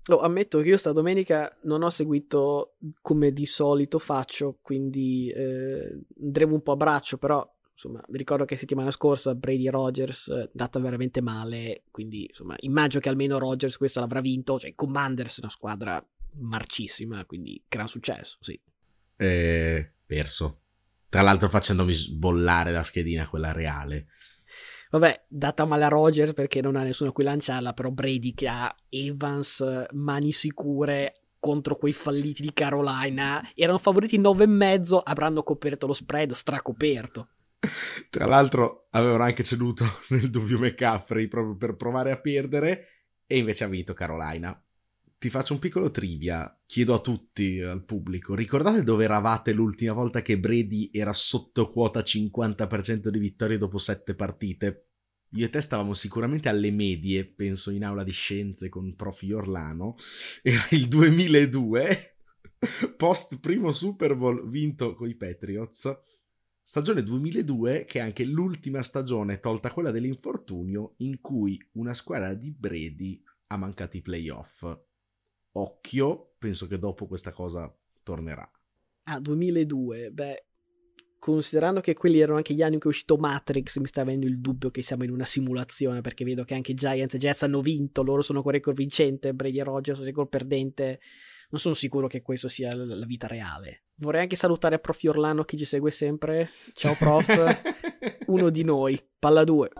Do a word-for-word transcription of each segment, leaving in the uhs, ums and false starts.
Oh, ammetto che io sta domenica non ho seguito come di solito faccio, quindi eh, andremo un po' a braccio, però insomma mi ricordo che settimana scorsa Brady Rodgers è andata veramente male, quindi insomma immagino che almeno Rodgers questa l'avrà vinto, cioè Commanders è una squadra marcissima, quindi gran successo, sì. Eh, perso. Tra l'altro facendomi sbollare la schedina, quella reale. Vabbè, data male a Rodgers perché non ha nessuno a cui lanciarla, però Brady che ha Evans, mani sicure contro quei falliti di Carolina, erano favoriti nove e mezzo, avranno coperto lo spread, stracoperto. Tra l'altro avevano anche ceduto nel dubbio McCaffrey proprio per provare a perdere e invece ha vinto Carolina. Ti faccio un piccolo trivia, chiedo a tutti, al pubblico, ricordate dove eravate l'ultima volta che Brady era sotto quota cinquanta per cento di vittorie dopo sette partite? Io e te stavamo sicuramente alle medie, penso in aula di scienze con prof Orlano, era il duemiladue, post primo Super Bowl vinto coi Patriots, stagione duemiladue che è anche l'ultima stagione, tolta quella dell'infortunio, in cui una squadra di Brady ha mancato i playoff. Occhio, penso che dopo questa cosa tornerà. Ah, duemiladue, beh, considerando che quelli erano anche gli anni in cui è uscito Matrix, mi sta avendo il dubbio che siamo in una simulazione, perché vedo che anche Giants e Jets hanno vinto, loro sono con record vincente, Brady e Rodgers record perdente, non sono sicuro che questo sia la vita reale. Vorrei anche salutare Prof Orlano che ci segue sempre, ciao Prof, uno di noi, palla due.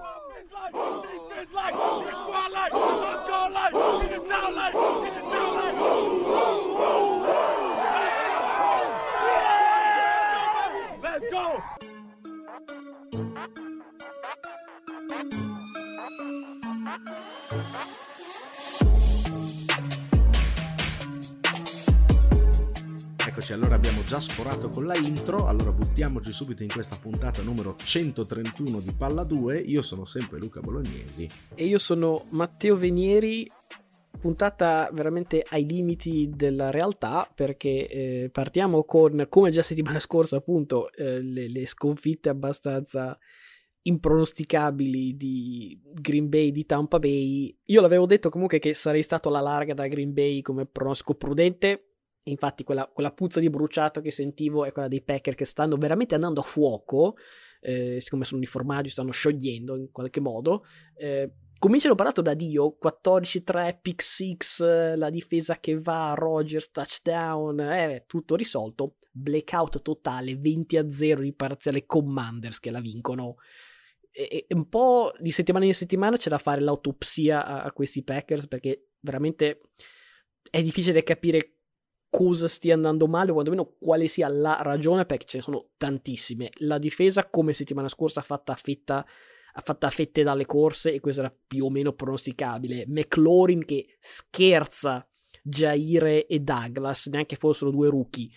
Eccoci, allora abbiamo già sforato con la intro, allora buttiamoci subito in questa puntata numero centotrentuno di Palla due. Io sono sempre Luca Bolognesi. E io sono Matteo Venieri. Puntata veramente ai limiti della realtà, perché eh, partiamo con, come già settimana scorsa appunto, eh, le, le sconfitte abbastanza impronosticabili di Green Bay, di Tampa Bay. Io l'avevo detto comunque che sarei stato alla larga da Green Bay come pronostico prudente. Infatti quella, quella puzza di bruciato che sentivo è quella dei Packer che stanno veramente andando a fuoco, eh, siccome sono i formaggi, stanno sciogliendo in qualche modo. Eh, cominciano parlato da Dio, quattordici tre, pick six, la difesa che va, Rodgers, touchdown, eh, tutto risolto. Blackout totale, venti a zero di parziale Commanders che la vincono. E, e un po' di settimana in settimana c'è da fare l'autopsia a, a questi Packers, perché veramente è difficile capire cosa stia andando male o quantomeno quale sia la ragione, perché ce ne sono tantissime. La difesa, come settimana scorsa, ha fatto a fetta ha fatto a fette dalle corse e questo era più o meno pronosticabile. McLaurin che scherza Jaire e Douglas, neanche fossero due rookie.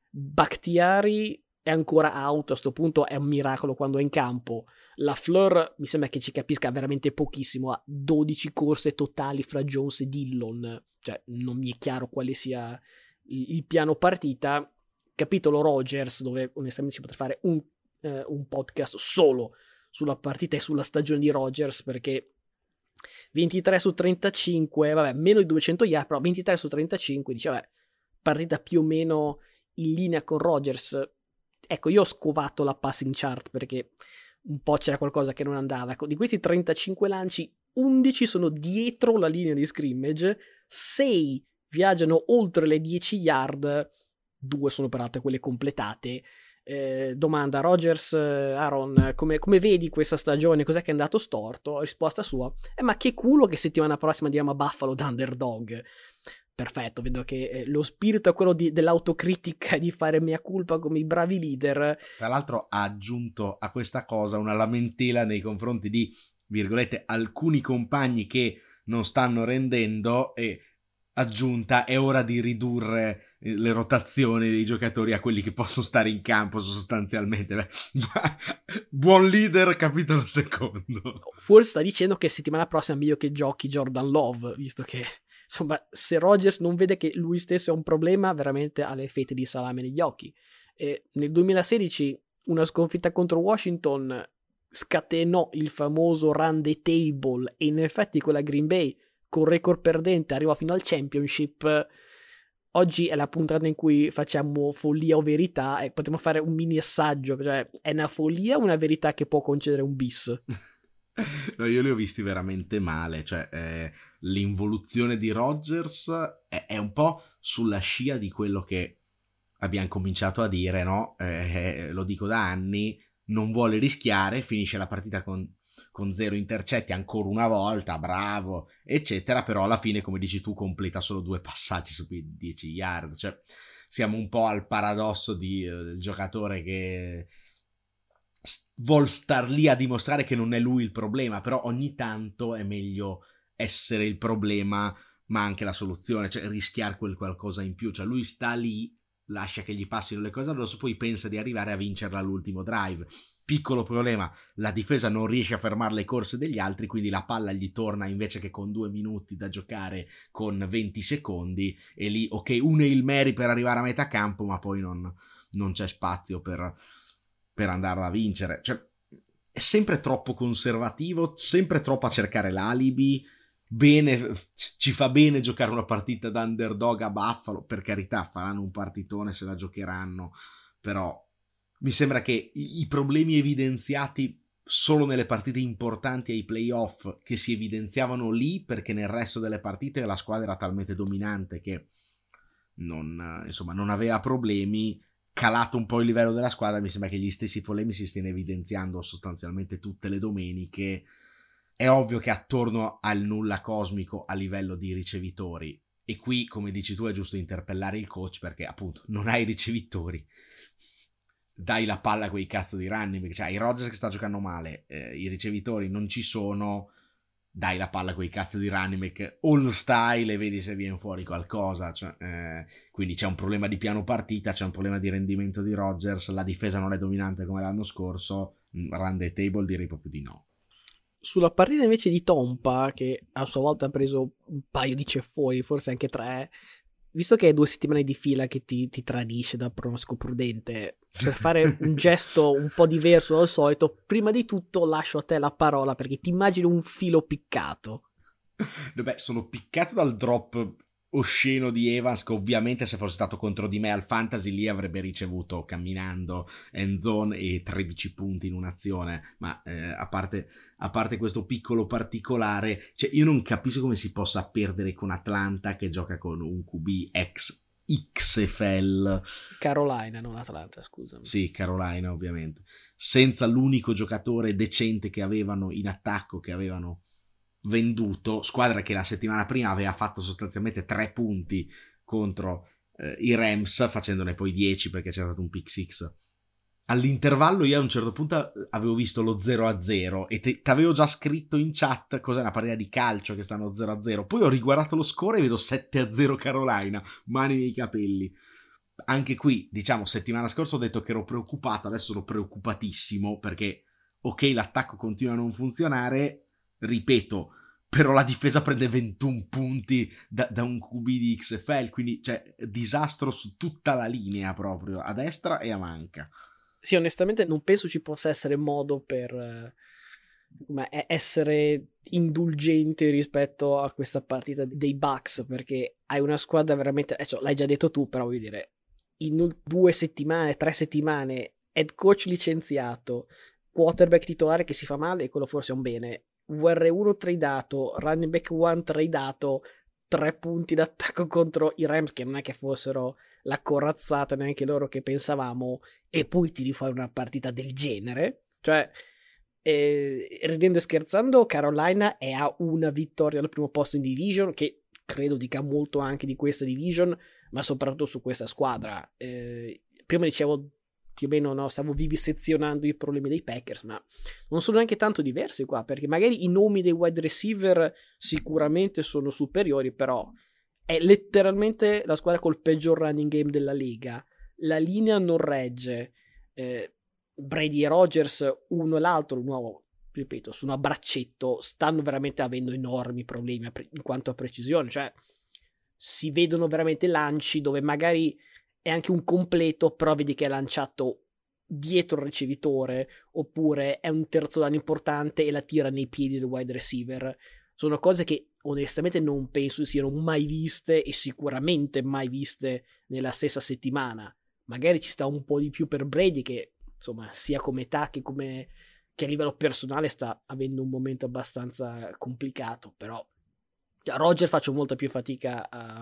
Bakhtiari è ancora out, a sto punto è un miracolo quando è in campo. La Fleur mi sembra che ci capisca veramente pochissimo, ha dodici corse totali fra Jones e Dillon, cioè non mi è chiaro quale sia il piano partita. Capitolo Rodgers, dove onestamente si potrà fare un, eh, un podcast solo sulla partita e sulla stagione di Rodgers, perché ventitré su trentacinque, vabbè, meno di duecento yard, però ventitré su trentacinque, dice, vabbè, partita più o meno in linea con Rodgers. Ecco, io ho scovato la passing chart perché un po' c'era qualcosa che non andava. Ecco, di questi trentacinque lanci, undici sono dietro la linea di scrimmage, sei viaggiano oltre le dieci yard, due sono peraltro quelle completate. Eh, domanda, Rodgers, Aaron, come, come vedi questa stagione? Cos'è che è andato storto? Risposta sua, eh, ma che culo che settimana prossima andiamo a Buffalo da underdog. Perfetto, vedo che eh, lo spirito è quello di, dell'autocritica, di fare mea culpa come i bravi leader. Tra l'altro ha aggiunto a questa cosa una lamentela nei confronti di, virgolette, alcuni compagni che non stanno rendendo, e aggiunta è ora di ridurre le rotazioni dei giocatori a quelli che possono stare in campo sostanzialmente. Beh, buon leader, capitolo secondo. Forse sta dicendo che settimana prossima è meglio che giochi Jordan Love, visto che insomma se Rodgers non vede che lui stesso è un problema, veramente ha le fette di salame negli occhi. E nel duemilasedici una sconfitta contro Washington scatenò il famoso run the table, e in effetti quella Green Bay con record perdente arriva fino al championship. Oggi è la puntata in cui facciamo follia o verità e potremmo fare un mini assaggio, cioè è una follia o una verità che può concedere un bis? No, io li ho visti veramente male, cioè eh, l'involuzione di Rodgers è, è un po' sulla scia di quello che abbiamo cominciato a dire, no? Eh, lo dico da anni, non vuole rischiare, finisce la partita con, con zero intercetti ancora una volta, bravo, eccetera, però alla fine, come dici tu, completa solo due passaggi su dieci yard, cioè siamo un po' al paradosso di, uh, del giocatore che vuol star lì a dimostrare che non è lui il problema, però ogni tanto è meglio essere il problema ma anche la soluzione, cioè rischiare quel qualcosa in più, cioè lui sta lì, lascia che gli passino le cose addosso, poi pensa di arrivare a vincerla all'ultimo drive. Piccolo problema, la difesa non riesce a fermare le corse degli altri, quindi la palla gli torna invece che con due minuti da giocare con venti secondi, e lì ok, un Hail Mary per arrivare a metà campo, ma poi non, non c'è spazio per, per andarla a vincere. Cioè è sempre troppo conservativo, sempre troppo a cercare l'alibi. Bene, ci fa bene giocare una partita da underdog a Buffalo, per carità, faranno un partitone se la giocheranno, però mi sembra che i, i problemi evidenziati solo nelle partite importanti ai playoff, che si evidenziavano lì perché nel resto delle partite la squadra era talmente dominante che non, insomma, non aveva problemi. Calato un po' il livello della squadra, mi sembra che gli stessi problemi si stiano evidenziando sostanzialmente tutte le domeniche. È ovvio che attorno al nulla cosmico a livello di ricevitori, e qui, come dici tu, è giusto interpellare il coach, perché appunto non hai ricevitori, dai la palla a quei cazzo di running back, cioè i Rodgers che sta giocando male, eh, i ricevitori non ci sono, dai la palla a quei cazzo di running back, all style e vedi se viene fuori qualcosa, cioè, eh, quindi c'è un problema di piano partita, c'è un problema di rendimento di Rodgers, la difesa non è dominante come l'anno scorso, run the table direi proprio di no. Sulla partita invece di Tompa, che a sua volta ha preso un paio di ceffoni, forse anche tre, visto che è due settimane di fila che ti, ti tradisce da pronostico prudente, per fare un gesto un po' diverso dal solito, prima di tutto lascio a te la parola, perché ti immagino un filo piccato. Vabbè, sono piccato dal drop osceno di Evans, che ovviamente se fosse stato contro di me al fantasy lì avrebbe ricevuto camminando end zone e tredici punti in un'azione, ma eh, a parte a parte questo piccolo particolare, cioè io non capisco come si possa perdere con Atlanta che gioca con un Q B ex X F L. Carolina, non Atlanta, scusami. Sì, Carolina ovviamente, senza l'unico giocatore decente che avevano in attacco, che avevano venduto, squadra che la settimana prima aveva fatto sostanzialmente tre punti contro eh, i Rams, facendone poi dieci perché c'era stato un pick six. All'intervallo io a un certo punto avevo visto lo zero a zero e ti avevo già scritto in chat cos'è una partita di calcio che stanno zero a zero, poi ho riguardato lo score e vedo sette a zero Carolina, mani nei capelli. Anche qui, diciamo, settimana scorsa ho detto che ero preoccupato, adesso sono preoccupatissimo perché ok, l'attacco continua a non funzionare, ripeto, però la difesa prende ventuno punti da, da un Q B di X F L, quindi cioè disastro su tutta la linea proprio, a destra e a manca. Sì, onestamente non penso ci possa essere modo per eh, essere indulgenti rispetto a questa partita dei Bucks, perché hai una squadra veramente, eh, cioè, l'hai già detto tu, però voglio dire, in due settimane, tre settimane, head coach licenziato, quarterback titolare che si fa male, e quello forse è un bene, V R uno tradato, running back uno tradato, tre punti d'attacco contro i Rams che non è che fossero la corazzata neanche loro che pensavamo, e poi ti rifai una partita del genere, cioè eh, ridendo e scherzando Carolina è a una vittoria al primo posto in division, che credo dica molto anche di questa division, ma soprattutto su questa squadra. Eh, prima dicevo più o meno, no, stavo vivisezionando i problemi dei Packers, ma non sono neanche tanto diversi qua, perché magari i nomi dei wide receiver sicuramente sono superiori, però è letteralmente la squadra col peggior running game della Lega, la linea non regge, eh, Brady e Rodgers uno e l'altro, nuovo, ripeto, sono a braccetto, stanno veramente avendo enormi problemi in quanto a precisione, cioè si vedono veramente lanci dove magari è anche un completo, però vedi che è lanciato dietro il ricevitore, oppure è un terzo danno importante e la tira nei piedi del wide receiver. sono cose che onestamente non penso siano mai viste e sicuramente mai viste nella stessa settimana. Magari ci sta un po' di più per Brady che, insomma, sia come età che come che a livello personale sta avendo un momento abbastanza complicato, però Roger faccio molta più fatica a,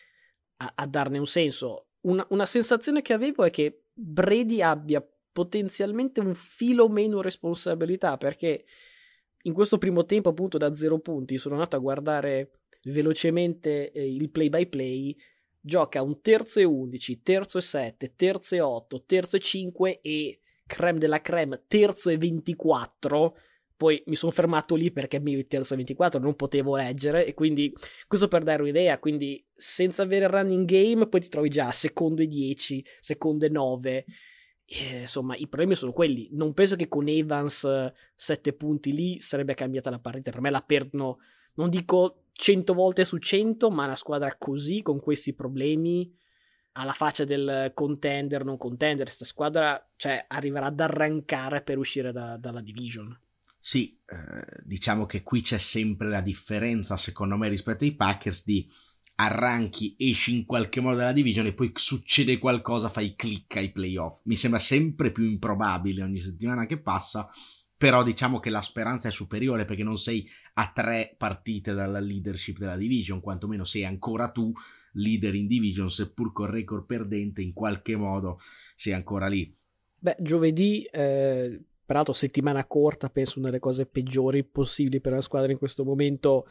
a, a darne un senso. Una, una sensazione che avevo è che Brady abbia potenzialmente un filo meno responsabilità, perché in questo primo tempo, appunto, da zero punti, sono andato a guardare velocemente eh, il play by play. Gioca un terzo e undici, terzo e sette, terzo e otto, terzo e cinque e creme della creme, terzo e ventiquattro. Poi mi sono fermato lì perché meglio il terzo e ventiquattro non potevo leggere, e quindi questo per dare un'idea. Quindi senza avere il running game poi ti trovi già a secondo e dieci, secondo e nove. E, insomma, i problemi sono quelli. Non penso che con Evans sette punti lì sarebbe cambiata la partita. Per me la perdono, non dico cento volte su cento, ma una squadra così, con questi problemi, alla faccia del contender, non contender, questa squadra, cioè, arriverà ad arrancare per uscire da, dalla division. Sì, eh, diciamo che qui c'è sempre la differenza, secondo me, rispetto ai Packers di arranchi, esci in qualche modo dalla division e poi succede qualcosa, fai click ai playoff. Mi sembra sempre più improbabile ogni settimana che passa, però diciamo che la speranza è superiore perché non sei a tre partite dalla leadership della division, quantomeno sei ancora tu leader in division, seppur con record perdente, in qualche modo sei ancora lì. Beh, giovedì, eh, peraltro settimana corta, penso una delle cose peggiori possibili per una squadra in questo momento,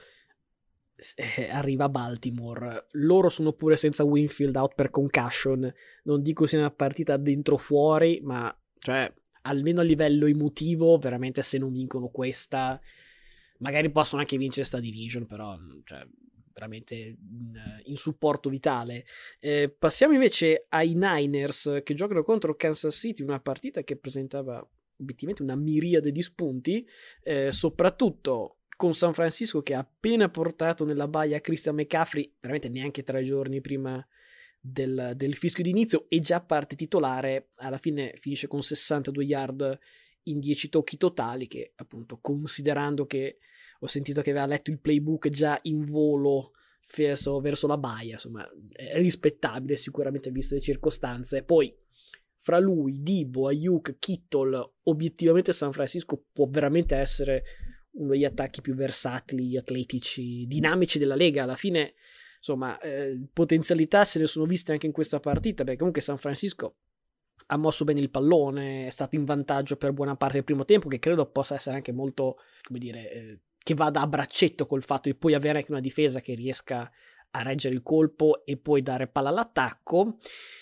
eh, arriva Baltimore. Loro sono pure senza Winfield, out per concussion. Non dico sia una partita dentro fuori, ma cioè almeno a livello emotivo, veramente se non vincono questa, magari possono anche vincere sta division, però cioè, veramente in, in supporto vitale. Eh, passiamo invece ai Niners che giocano contro Kansas City, una partita che presentava obiettivamente una miriade di spunti, eh, soprattutto con San Francisco che ha appena portato nella baia Christian McCaffrey, veramente neanche tre giorni prima del, del fischio d'inizio, e già parte titolare. Alla fine finisce con sessantadue yard in dieci tocchi totali, che appunto, considerando che ho sentito che aveva letto il playbook già in volo verso, verso la baia, insomma è rispettabile sicuramente viste le circostanze. Poi fra lui, Debo, Ayuk, Kittle, obiettivamente San Francisco può veramente essere uno degli attacchi più versatili, atletici, dinamici della Lega. Alla fine, insomma, eh, potenzialità se ne sono viste anche in questa partita, perché comunque San Francisco ha mosso bene il pallone, è stato in vantaggio per buona parte del primo tempo, che credo possa essere anche molto, come dire, eh, che vada a braccetto col fatto di poi avere anche una difesa che riesca a reggere il colpo e poi dare palla all'attacco.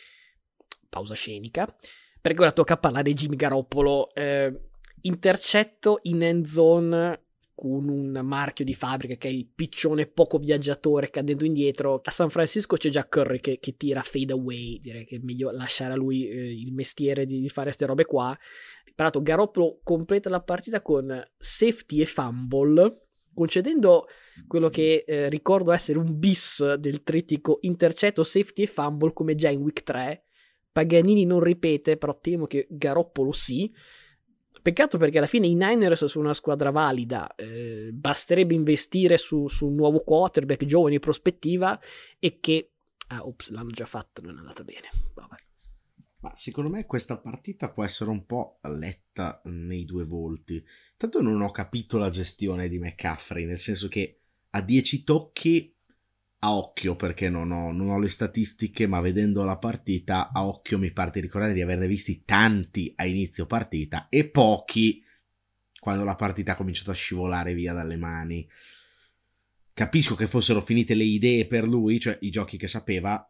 Pausa scenica, perché ora tocca parlare di Jimmy Garoppolo. Eh, intercetto in end zone con un marchio di fabbrica che è il piccione poco viaggiatore cadendo indietro. A San Francisco c'è già Curry che, che tira fade away, direi che è meglio lasciare a lui eh, il mestiere di, di fare queste robe qua. Peraltro Garoppolo completa la partita con safety e fumble, concedendo quello che eh, ricordo essere un bis del trittico intercetto, safety e fumble, come già in week tre. Paganini non ripete, però temo che Garoppolo sì. Peccato, perché alla fine i Niners sono una squadra valida, eh, basterebbe investire su, su un nuovo quarterback giovane in prospettiva, e che ah, ops, l'hanno già fatto, non è andata bene. Vabbè. Ma secondo me questa partita può essere un po' letta nei due volti. Tanto non ho capito la gestione di McCaffrey, nel senso che a dieci tocchi, a occhio, perché non ho, non ho le statistiche, ma vedendo la partita a occhio mi parte di ricordare di averne visti tanti a inizio partita e pochi quando la partita ha cominciato a scivolare via dalle mani. Capisco che fossero finite le idee per lui, cioè i giochi che sapeva,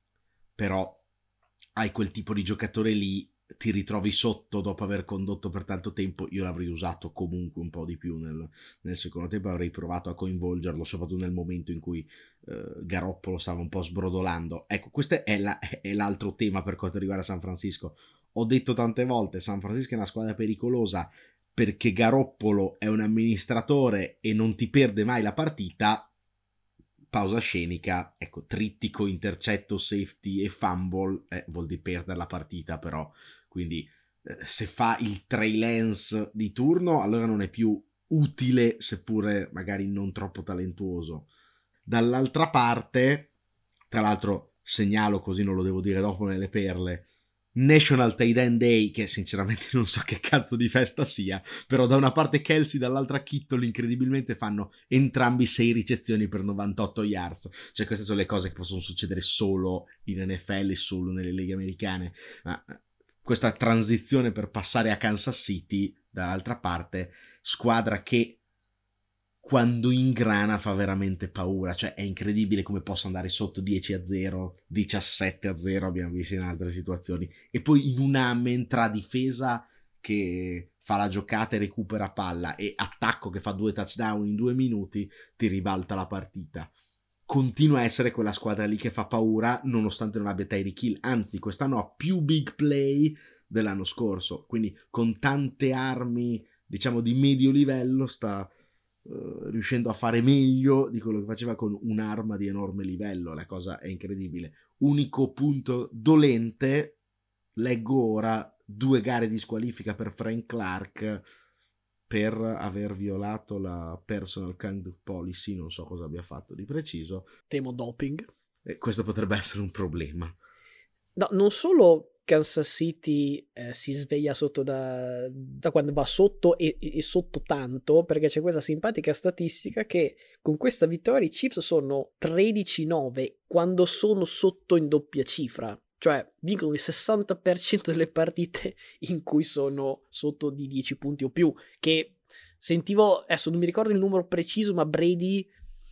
però hai quel tipo di giocatore lì, ti ritrovi sotto dopo aver condotto per tanto tempo. Io l'avrei usato comunque un po' di più nel, nel secondo tempo, avrei provato a coinvolgerlo soprattutto nel momento in cui eh, Garoppolo stava un po' sbrodolando. Ecco, questo è, la, è l'altro tema per quanto riguarda San Francisco. Ho detto tante volte, San Francisco è una squadra pericolosa perché Garoppolo è un amministratore e non ti perde mai la partita. Pausa scenica, ecco, trittico, intercetto, safety e fumble, eh, vuol dire perdere la partita, però, quindi eh, se fa il Trey Lance di turno, allora non è più utile, seppure magari non troppo talentuoso. Dall'altra parte, tra l'altro segnalo, così non lo devo dire dopo nelle perle, National Tight End Day, che sinceramente non so che cazzo di festa sia, però da una parte Kelsey, dall'altra Kittle, incredibilmente fanno entrambi sei ricezioni per novantotto yards. Cioè queste sono le cose che possono succedere solo in N F L e solo nelle leghe americane. Ma questa transizione per passare a Kansas City, dall'altra parte, squadra che quando ingrana fa veramente paura, cioè è incredibile come possa andare sotto dieci a zero, diciassette a zero, abbiamo visto in altre situazioni, e poi in un amen tra difesa che fa la giocata e recupera palla e attacco che fa due touchdown in due minuti ti ribalta la partita. Continua a essere quella squadra lì che fa paura nonostante non abbia Tyreek Hill, anzi quest'anno ha più big play dell'anno scorso, quindi con tante armi diciamo di medio livello sta Uh, riuscendo a fare meglio di quello che faceva con un'arma di enorme livello. La cosa è incredibile. Unico punto dolente, leggo ora due gare di squalifica per Frank Clark per aver violato la personal conduct policy, non so cosa abbia fatto di preciso. Temo doping. E questo potrebbe essere un problema. No, non solo Kansas City eh, si sveglia sotto da, da quando va sotto e, e sotto tanto, perché c'è questa simpatica statistica che con questa vittoria i Chiefs sono tredici nove quando sono sotto in doppia cifra, cioè vincono il sessanta per cento delle partite in cui sono sotto di dieci punti o più, che sentivo, adesso non mi ricordo il numero preciso, ma Brady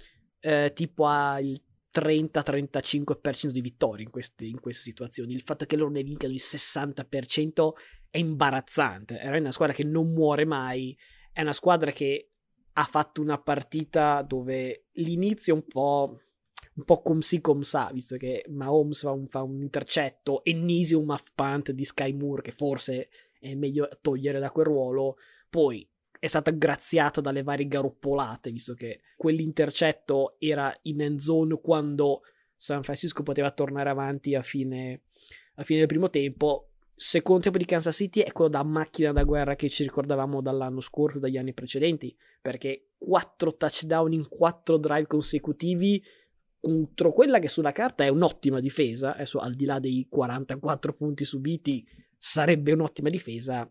eh, tipo ha il trenta trentacinque per cento di vittorie in queste, in queste situazioni. Il fatto che loro ne vincano il sessanta per cento è imbarazzante. È una squadra che non muore mai, è una squadra che ha fatto una partita dove l'inizio è un po' un po' come si come sa, visto che Mahomes fa un, fa un intercetto e Nisi un muff punt di Sky Moore che forse è meglio togliere da quel ruolo, poi è stata graziata dalle varie garoppolate, visto che quell'intercetto era in end zone quando San Francisco poteva tornare avanti a fine, a fine del primo tempo. Secondo tempo di Kansas City è quello da macchina da guerra che ci ricordavamo dall'anno scorso, dagli anni precedenti, perché quattro touchdown in quattro drive consecutivi contro quella che sulla carta è un'ottima difesa. Adesso al di là dei quarantaquattro punti subiti sarebbe un'ottima difesa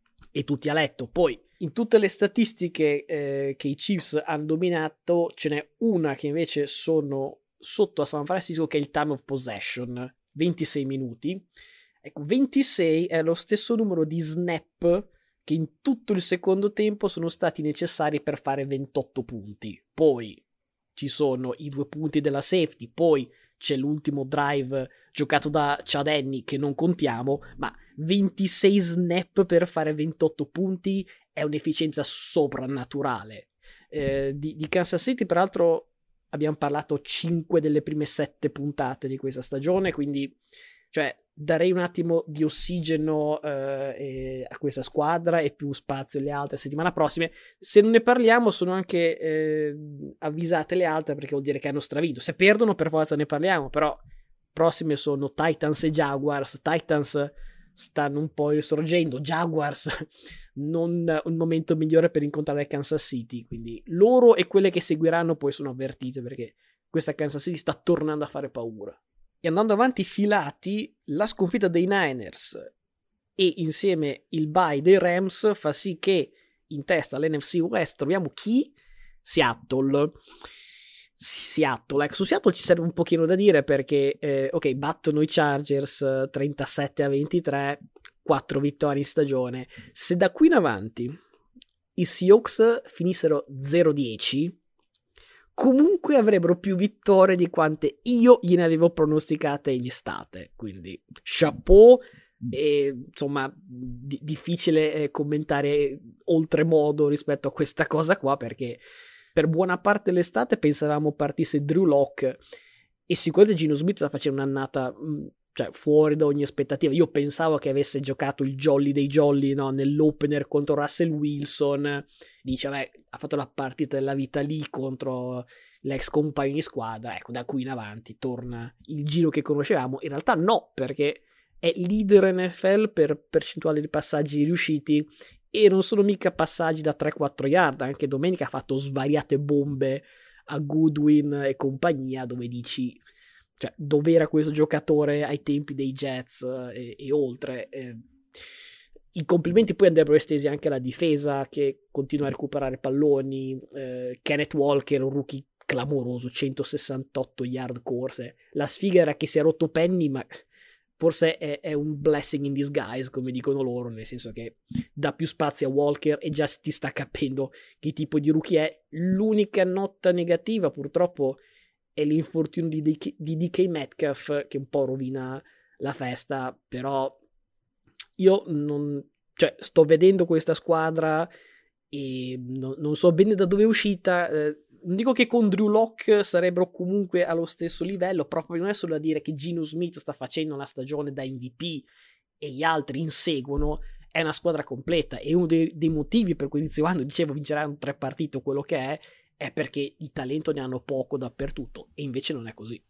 e tutti a letto. Poi in tutte le statistiche eh, che i Chiefs hanno dominato ce n'è una che invece sono sotto a San Francisco, che è il time of possession, ventisei minuti. Ecco, ventisei è lo stesso numero di snap che in tutto il secondo tempo sono stati necessari per fare ventotto punti. Poi ci sono i due punti della safety, poi c'è l'ultimo drive giocato da Chad Henne che non contiamo, ma ventisei snap per fare ventotto punti è un'efficienza soprannaturale. Eh, di, di Kansas City, peraltro, abbiamo parlato cinque delle prime sette puntate di questa stagione, quindi cioè darei un attimo di ossigeno eh, a questa squadra e più spazio alle altre settimane prossime. Se non ne parliamo sono anche eh, avvisate le altre, perché vuol dire che hanno stravinto. Se perdono per forza ne parliamo, però prossime sono Titans e Jaguars. Titans stanno un po' risorgendo, Jaguars non un momento migliore per incontrare Kansas City, quindi loro e quelle che seguiranno poi sono avvertite, perché questa Kansas City sta tornando a fare paura. E andando avanti filati, la sconfitta dei Niners e insieme il bye dei Rams fa sì che in testa all'N F C West troviamo chi? Seattle. Seattle, ecco, su Seattle ci serve un pochino da dire, perché eh, ok, battono i Chargers trentasette a ventitré, quattro vittorie in stagione. Se da qui in avanti i Seahawks finissero zero dieci, comunque avrebbero più vittorie di quante io gliene avevo pronosticate in estate, quindi chapeau. E insomma di- difficile eh, commentare oltremodo rispetto a questa cosa qua, perché per buona parte dell'estate pensavamo partisse Drew Lock e sicuramente Geno Smith sta facendo un'annata mh, cioè fuori da ogni aspettativa. Io pensavo che avesse giocato il jolly dei jolly, no? Nell'opener contro Russell Wilson, dice vabbè, ha fatto la partita della vita lì contro l'ex compagno di squadra, ecco, da qui in avanti torna il Gino che conoscevamo. In realtà no, perché è leader N F L per percentuale di passaggi riusciti e non sono mica passaggi da tre quattro yard. Anche domenica ha fatto svariate bombe a Goodwin e compagnia, dove dici, cioè, dove era questo giocatore ai tempi dei Jets e, e oltre. Eh, i complimenti poi andrebbero estesi anche alla difesa, che continua a recuperare palloni. eh, Kenneth Walker, un rookie clamoroso, centosessantotto yard corse. La sfiga era che si è rotto Penny, ma forse è, è un blessing in disguise, come dicono loro, nel senso che dà più spazio a Walker e già ti sta capendo che tipo di rookie è. L'unica nota negativa purtroppo è l'infortunio di D K, di D K Metcalf, che un po' rovina la festa. Però io non, cioè, sto vedendo questa squadra e non, non so bene da dove è uscita. eh, non dico che con Drew Lock sarebbero comunque allo stesso livello, proprio non è solo da dire che Geno Smith sta facendo una stagione da M V P e gli altri inseguono, è una squadra completa, e uno dei, dei motivi per cui inizio anno dicevo vinceranno tre partite o quello che è, è perché di talento ne hanno poco dappertutto, e invece non è così.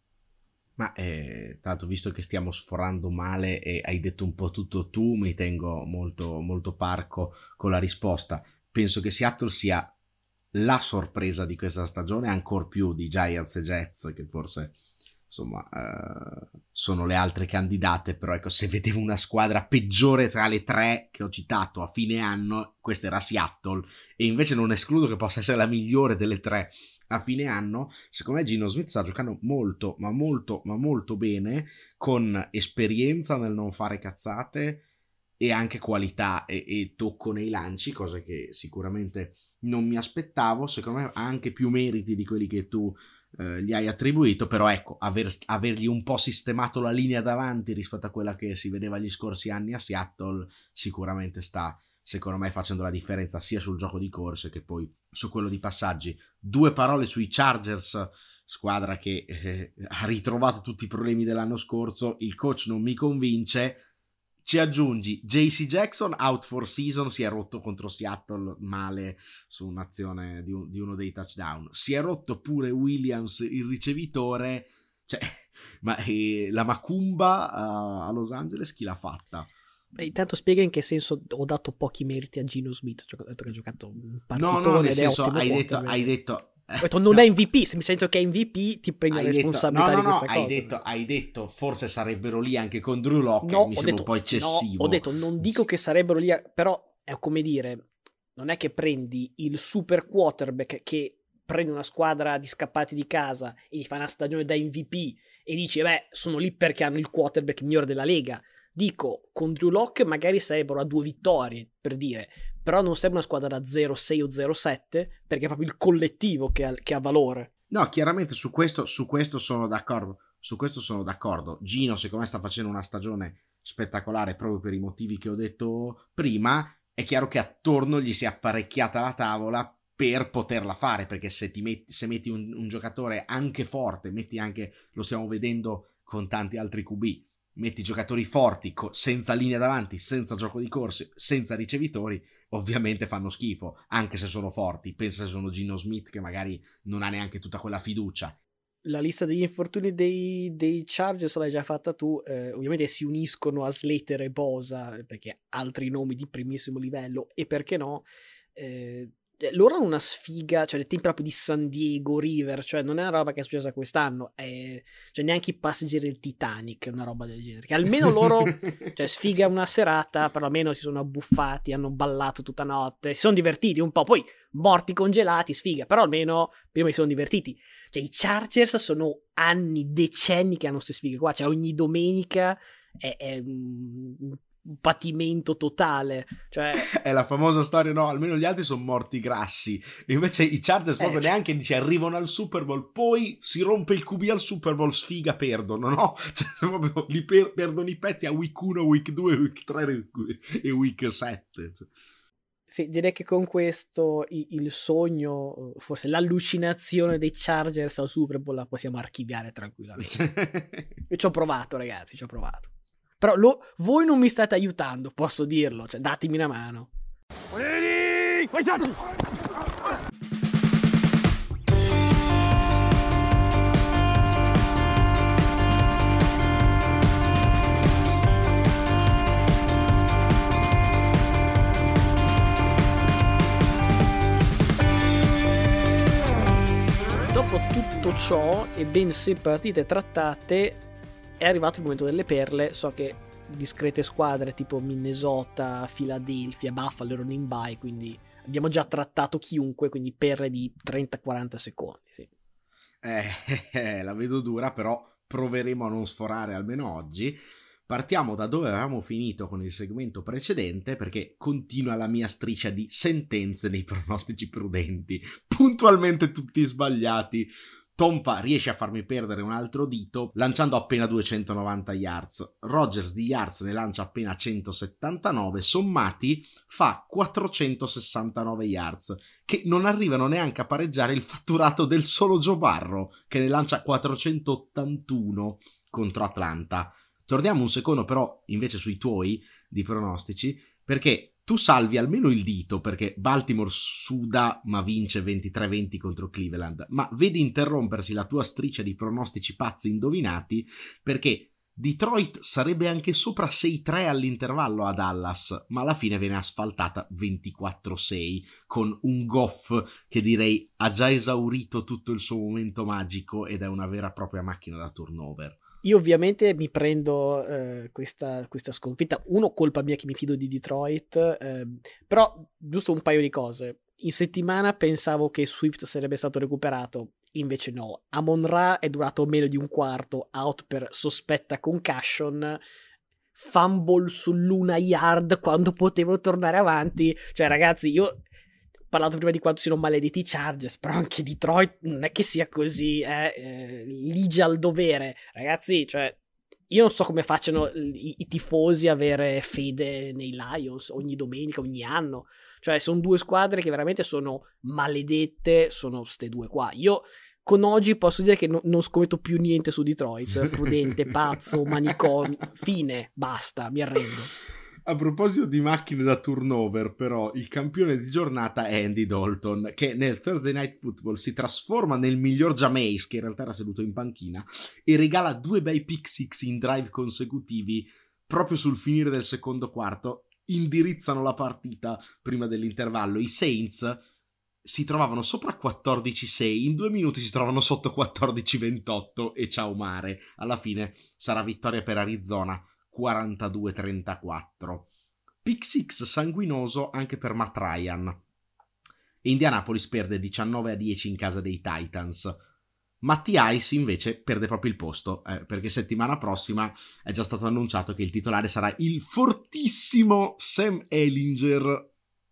Ma eh, tanto, visto che stiamo sforando male e hai detto un po' tutto tu, mi tengo molto, molto parco con la risposta. Penso che Seattle sia la sorpresa di questa stagione, ancor più di Giants e Jets, che forse insomma eh, sono le altre candidate. Però ecco, se vedevo una squadra peggiore tra le tre che ho citato a fine anno, questa era Seattle, e invece non escludo che possa essere la migliore delle tre a fine anno. Secondo me Geno Smith sta giocando molto, ma molto, ma molto bene, con esperienza nel non fare cazzate e anche qualità e, e tocco nei lanci, cose che sicuramente non mi aspettavo. Secondo me ha anche più meriti di quelli che tu eh, gli hai attribuito, però ecco, aver, avergli un po' sistemato la linea davanti rispetto a quella che si vedeva gli scorsi anni a Seattle sicuramente sta, secondo me, facendo la differenza sia sul gioco di corse che poi su quello di passaggi. Due parole sui Chargers, squadra che eh, ha ritrovato tutti i problemi dell'anno scorso. Il coach non mi convince. Ci aggiungi J C Jackson out for season, si è rotto contro Seattle male su un'azione di, un, di uno dei touchdown. Si è rotto pure Williams, il ricevitore. Cioè, ma eh, la macumba uh, a Los Angeles chi l'ha fatta? Beh, intanto spiega in che senso ho dato pochi meriti a Geno Smith. Ho detto che ha giocato un partitone. No, no, nel senso, hai detto, hai detto Ho detto non no. è M V P, se mi sento che è M V P ti prendi la responsabilità detto, no, no, di questa no, cosa. Hai detto, hai detto forse sarebbero lì anche con Drew Lock, no, mi sembra un po' eccessivo. No, ho detto non dico che sarebbero lì, però è come dire, non è che prendi il super quarterback che prende una squadra di scappati di casa e gli fa una stagione da M V P e dici beh, sono lì perché hanno il quarterback migliore della Lega. Dico, con Drew Lock magari sarebbero a due vittorie, per dire, però non sembra una squadra da zero sei o zero sette, perché è proprio il collettivo che ha, che ha valore. No, chiaramente su questo, su questo sono d'accordo, su questo sono d'accordo. Gino secondo me sta facendo una stagione spettacolare proprio per i motivi che ho detto prima. È chiaro che attorno gli si è apparecchiata la tavola per poterla fare, perché se ti metti, se metti un, un giocatore anche forte, metti anche, lo stiamo vedendo con tanti altri Q B, metti giocatori forti, co- senza linea davanti, senza gioco di corse, senza ricevitori, ovviamente fanno schifo, anche se sono forti. Pensa se sono Geno Smith che magari non ha neanche tutta quella fiducia. La lista degli infortuni dei, dei Chargers l'hai già fatta tu, eh, ovviamente si uniscono a Slater e Bosa, perché altri nomi di primissimo livello, e perché no, eh, loro hanno una sfiga, cioè del team proprio di San Diego River, cioè non è una roba che è successa quest'anno, è, cioè neanche i passeggeri del Titanic è una roba del genere, che almeno loro, cioè sfiga una serata, però almeno si sono abbuffati, hanno ballato tutta notte, si sono divertiti un po', poi morti congelati, sfiga, però almeno prima si sono divertiti. Cioè i Chargers sono anni, decenni che hanno queste sfighe qua, cioè ogni domenica è, è un patimento totale, cioè è la famosa storia, no, almeno gli altri sono morti grassi, e invece i Chargers proprio eh, neanche dice arrivano al Super Bowl, poi si rompe il Q B al Super Bowl, sfiga, perdono, no? Cioè proprio li per- perdono i pezzi a week uno, week due, week tre e week sette. Cioè. Sì, direi che con questo il, il sogno, forse l'allucinazione dei Chargers al Super Bowl la possiamo archiviare tranquillamente. Io ci ho provato, ragazzi, ci ho provato. Però lo, voi non mi state aiutando, posso dirlo, cioè datemi una mano. ciò e ben sei partite trattate è arrivato il momento delle perle. So che discrete squadre tipo Minnesota, Philadelphia, Buffalo erano in bye, quindi abbiamo già trattato chiunque, quindi perle di trenta quaranta secondi, sì. Eh, eh, la vedo dura, però proveremo a non sforare almeno oggi. Partiamo da dove avevamo finito con il segmento precedente, perché continua la mia striscia di sentenze nei pronostici prudenti, puntualmente tutti sbagliati. Tompa riesce a farmi perdere un altro dito lanciando appena duecentonovanta yards. Rodgers di yards ne lancia appena centosettantanove, sommati fa quattrocentosessantanove yards, che non arrivano neanche a pareggiare il fatturato del solo Joe Burrow, che ne lancia quattrocentottantuno contro Atlanta. Torniamo un secondo però invece sui tuoi di pronostici, perché tu salvi almeno il dito, perché Baltimore suda ma vince ventitré venti contro Cleveland, ma vedi interrompersi la tua striscia di pronostici pazzi indovinati, perché Detroit sarebbe anche sopra sei tre all'intervallo a Dallas, ma alla fine viene asfaltata ventiquattro sei, con un Goff che direi ha già esaurito tutto il suo momento magico ed è una vera e propria macchina da turnover. Io ovviamente mi prendo eh, questa, questa sconfitta, uno colpa mia che mi fido di Detroit, eh, però giusto un paio di cose. In settimana pensavo che Swift sarebbe stato recuperato, invece no. Amon-Ra è durato meno di un quarto, out per sospetta concussion, fumble sull'una yard quando potevano tornare avanti. Cioè ragazzi, io... Ho parlato prima di quanto siano maledetti i Chargers, però anche Detroit non è che sia così eh, eh, ligia al dovere, ragazzi. Cioè, io non so come facciano i, i tifosi avere fede nei Lions ogni domenica, ogni anno. Cioè, sono due squadre che veramente sono maledette, sono ste due qua. Io con oggi posso dire che no, non scommetto più niente su Detroit. Prudente, pazzo, manicomio, fine, basta, mi arrendo. A proposito di macchine da turnover, però, il campione di giornata è Andy Dalton, che nel Thursday Night Football si trasforma nel miglior Jameis, che in realtà era seduto in panchina, e regala due bei pick six in drive consecutivi proprio sul finire del secondo quarto. Indirizzano la partita prima dell'intervallo. I Saints si trovavano sopra quattordici sei, in due minuti si trovano sotto quattordici ventotto e ciao mare. Alla fine sarà vittoria per Arizona quarantadue trentaquattro. Pick six sanguinoso anche per Matt Ryan. Indianapolis perde diciannove a dieci in casa dei Titans. Matty Ice invece perde proprio il posto, eh, perché settimana prossima è già stato annunciato che il titolare sarà il fortissimo Sam Ehlinger,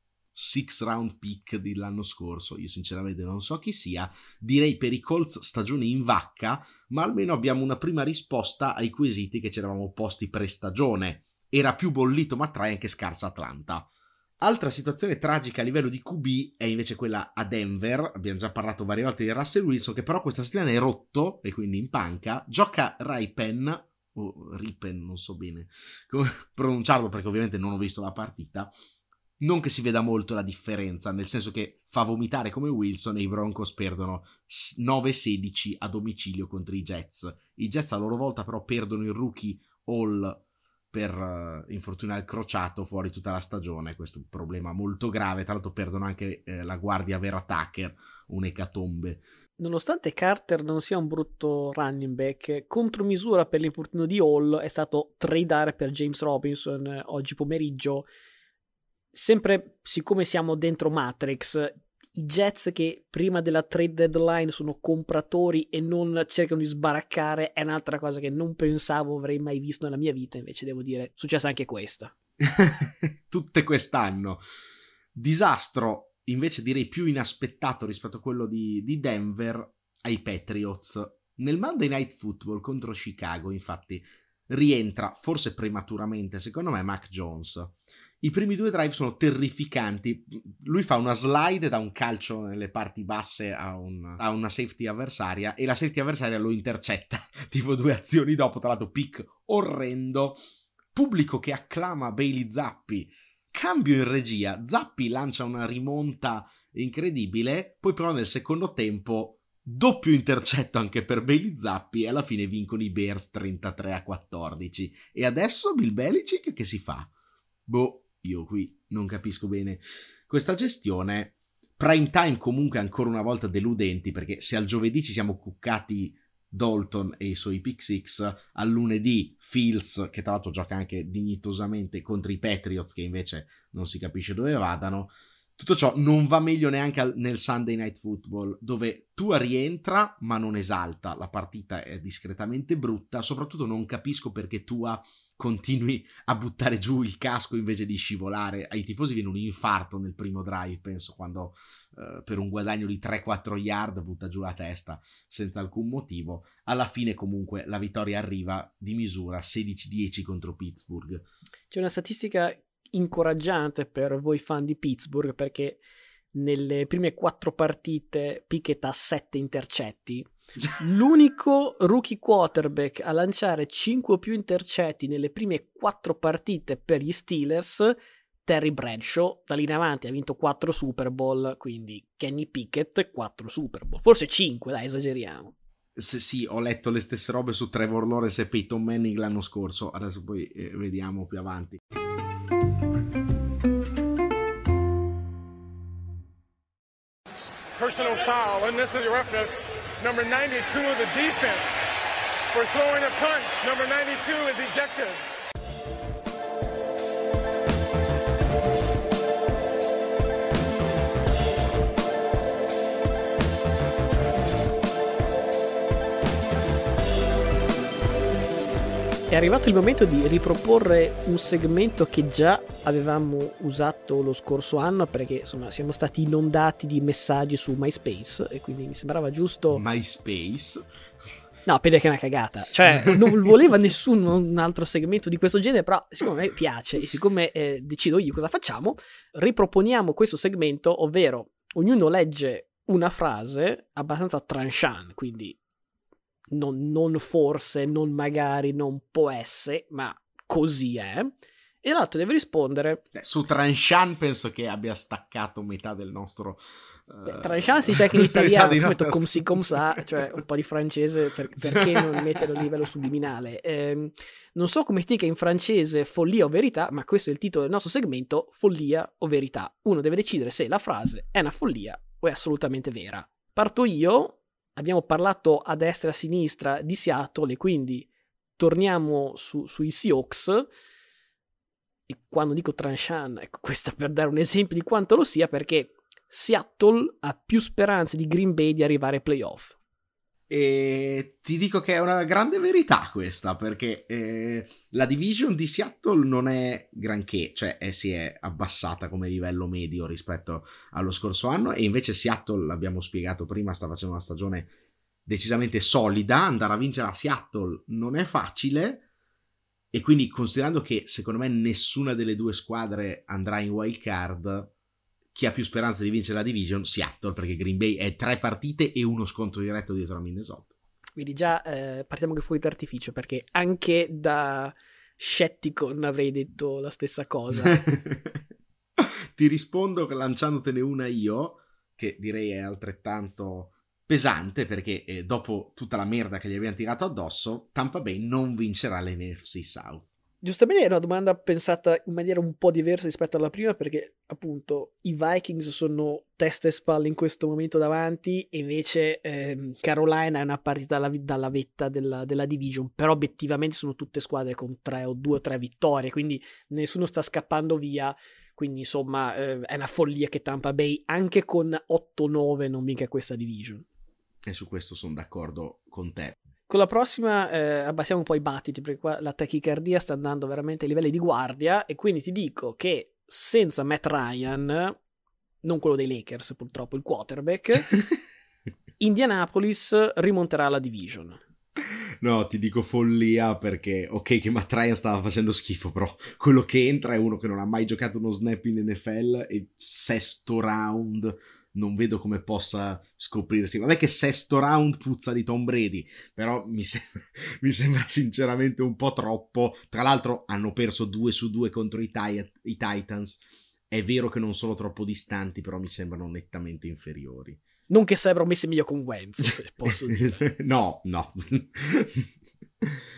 six round pick dell'anno scorso. Io sinceramente non so chi sia, direi per i Colts stagione in vacca, ma almeno abbiamo una prima risposta ai quesiti che ci eravamo posti pre-stagione. Era più bollito Matt Ryan che scarsa Atlanta. Altra situazione tragica a livello di Q B è invece quella a Denver. Abbiamo già parlato varie volte di Russell Wilson, che però questa settimana è rotto e quindi in panca. Gioca Raipen o Ripen, non so bene come pronunciarlo perché ovviamente non ho visto la partita. Non che si veda molto la differenza, nel senso che fa vomitare come Wilson e i Broncos perdono nove sedici a domicilio contro i Jets. I Jets a loro volta però perdono il rookie Hall per uh, infortunio al crociato fuori tutta la stagione. Questo è un problema molto grave. Tra l'altro perdono anche eh, la guardia Vera Tucker, un'ecatombe. Nonostante Carter non sia un brutto running back, contromisura per l'infortunio di Hall è stato tradare per James Robinson eh, oggi pomeriggio. Sempre siccome siamo dentro Matrix, i Jets che prima della trade deadline sono compratori e non cercano di sbaraccare è un'altra cosa che non pensavo avrei mai visto nella mia vita, invece devo dire è successa anche questa. Tutte quest'anno. Disastro invece direi più inaspettato rispetto a quello di, di Denver ai Patriots. Nel Monday Night Football contro Chicago infatti rientra forse prematuramente secondo me Mac Jones. I primi due drive sono terrificanti. Lui fa una slide da un calcio nelle parti basse a, un, a una safety avversaria e la safety avversaria lo intercetta tipo due azioni dopo. Tra l'altro pick orrendo, pubblico che acclama Bailey Zappi, cambio in regia, Zappi lancia una rimonta incredibile, poi però nel secondo tempo doppio intercetto anche per Bailey Zappi e alla fine vincono i Bears trentatré a quattordici. E adesso Bill Belichick che si fa? Boh, io qui non capisco bene questa gestione, Prime time comunque ancora una volta deludenti, perché se al giovedì ci siamo cuccati Dalton e i suoi pick six, al lunedì Fields, che tra l'altro gioca anche dignitosamente contro i Patriots, che invece non si capisce dove vadano. Tutto ciò non va meglio neanche nel Sunday Night Football, dove Tua rientra ma non esalta, la partita è discretamente brutta, soprattutto non capisco perché Tua continui a buttare giù il casco invece di scivolare. Ai tifosi viene un infarto nel primo drive, penso, quando uh, per un guadagno di tre quattro yard butta giù la testa senza alcun motivo. Alla fine comunque la vittoria arriva di misura, sedici dieci contro Pittsburgh. C'è una statistica incoraggiante per voi fan di Pittsburgh, perché nelle prime quattro partite Pickett ha sette intercetti. L'unico rookie quarterback a lanciare cinque o più intercetti nelle prime quattro partite per gli Steelers, Terry Bradshaw, da lì in avanti ha vinto quattro Super Bowl, quindi Kenny Pickett quattro Super Bowl, forse cinque, dai, esageriamo. Se, sì, ho letto le stesse robe su Trevor Lawrence e Peyton Manning l'anno scorso, adesso poi eh, vediamo più avanti. Personal foul, unnecessary roughness, number ninety-two of the defense for throwing a punch. Number ninety-two is ejected. È arrivato il momento di riproporre un segmento che già avevamo usato lo scorso anno, perché insomma siamo stati inondati di messaggi su MySpace e quindi mi sembrava giusto. MySpace? No, perché è una cagata, cioè non voleva nessuno un altro segmento di questo genere, però siccome a me piace e siccome eh, decido io cosa facciamo, riproponiamo questo segmento, ovvero ognuno legge una frase abbastanza tranchant, quindi Non, non forse, non magari, non può essere, ma così è, e l'altro deve rispondere. Eh, su tranchant penso che abbia staccato metà del nostro uh... tranchant si dice anche in italiano, come nostra... come si come sa, cioè un po' di francese, per, perché non metterlo a livello subliminale. Eh, non so come si dica in francese follia o verità, ma questo è il titolo del nostro segmento, follia o verità. Uno deve decidere se la frase è una follia o è assolutamente vera. Parto io. Abbiamo parlato a destra e a sinistra di Seattle e quindi torniamo su, sui Seahawks. E quando dico tranchant, ecco, questa per dare un esempio di quanto lo sia, perché Seattle ha più speranze di Green Bay di arrivare ai playoff. E ti dico che è una grande verità questa, perché eh, la division di Seattle non è granché, cioè eh, si è abbassata come livello medio rispetto allo scorso anno, e invece Seattle, l'abbiamo spiegato prima, sta facendo una stagione decisamente solida. Andare a vincere a Seattle non è facile, e quindi considerando che secondo me nessuna delle due squadre andrà in wild card, chi ha più speranza di vincere la division? Seattle, perché Green Bay è tre partite e uno scontro diretto dietro a Minnesota. Quindi già eh, partiamo che fuori d'artificio, perché anche da scettico non avrei detto la stessa cosa. Ti rispondo lanciandotene una io, che direi è altrettanto pesante, perché eh, dopo tutta la merda che gli abbiamo tirato addosso, Tampa Bay non vincerà l'N F C South. Giustamente è una domanda pensata in maniera un po' diversa rispetto alla prima, perché appunto i Vikings sono testa e spalle in questo momento davanti, e invece ehm, Carolina è una partita dalla, dalla vetta della, della division, però obiettivamente sono tutte squadre con tre o due o tre vittorie, quindi nessuno sta scappando via, quindi insomma eh, è una follia che Tampa Bay anche con otto nove non vinca questa division. E su questo sono d'accordo con te. Con la prossima eh, abbassiamo un po' i battiti, perché qua la tachicardia sta andando veramente ai livelli di guardia, e quindi ti dico che senza Matt Ryan, non quello dei Lakers purtroppo, il quarterback, Indianapolis rimonterà la division. No, ti dico follia, perché ok che Matt Ryan stava facendo schifo, però quello che entra è uno che non ha mai giocato uno snap in N F L, e sesto round non vedo come possa scoprirsi. Vabbè che sesto round puzza di Tom Brady, però mi sembra, mi sembra sinceramente un po' troppo. Tra l'altro hanno perso due su due contro i, tit- i Titans. È vero che non sono troppo distanti, però mi sembrano nettamente inferiori. Non che sembrano messi meglio con Wentz, se posso dire. No, no.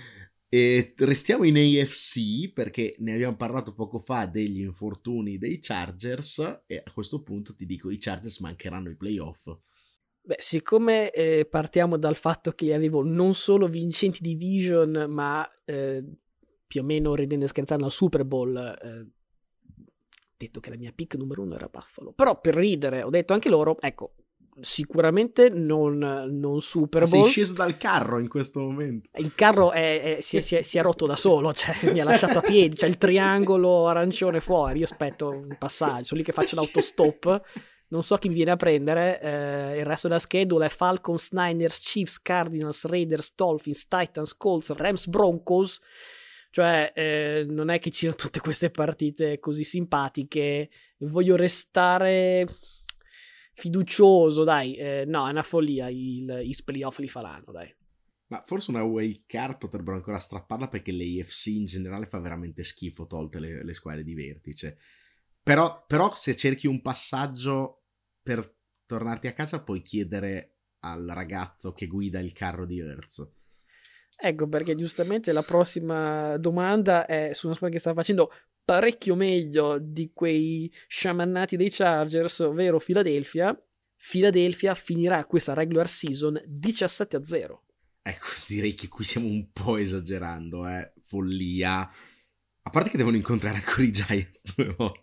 E restiamo in A F C perché ne abbiamo parlato poco fa degli infortuni dei Chargers e a questo punto ti dico i Chargers mancheranno i playoff. Beh, siccome eh, partiamo dal fatto che li avevo non solo vincenti division ma eh, più o meno ridendo e scherzando al Super Bowl, eh, detto che la mia pick numero uno era Buffalo, però per ridere ho detto anche loro, ecco, sicuramente non, non Super Bowl. Sei sceso dal carro in questo momento. Il carro è, è, si, è, si, è, si è rotto da solo, cioè mi ha lasciato a piedi, c'è il triangolo arancione fuori, io aspetto un passaggio, sono lì che faccio l'autostop, non so chi mi viene a prendere, eh, il resto della schedule è Falcons, Niners, Chiefs, Cardinals, Raiders, Dolphins, Titans, Colts, Rams, Broncos, cioè eh, non è che ci siano tutte queste partite così simpatiche, voglio restare fiducioso, dai, eh, no, è una follia, il, i playoff li faranno, dai. Ma forse una wild card potrebbero ancora strapparla perché l'A F C in generale fa veramente schifo, tolte le, le squadre di vertice. Però, però se cerchi un passaggio per tornarti a casa puoi chiedere al ragazzo che guida il carro di Hertz. Ecco perché giustamente la prossima domanda è su una squadra che sta facendo parecchio meglio di quei sciamannati dei Chargers, ovvero Philadelphia. Philadelphia finirà questa regular season diciassette a zero. Ecco, direi che qui stiamo un po' esagerando, eh, follia. A parte che devono incontrare ancora i Giants due volte,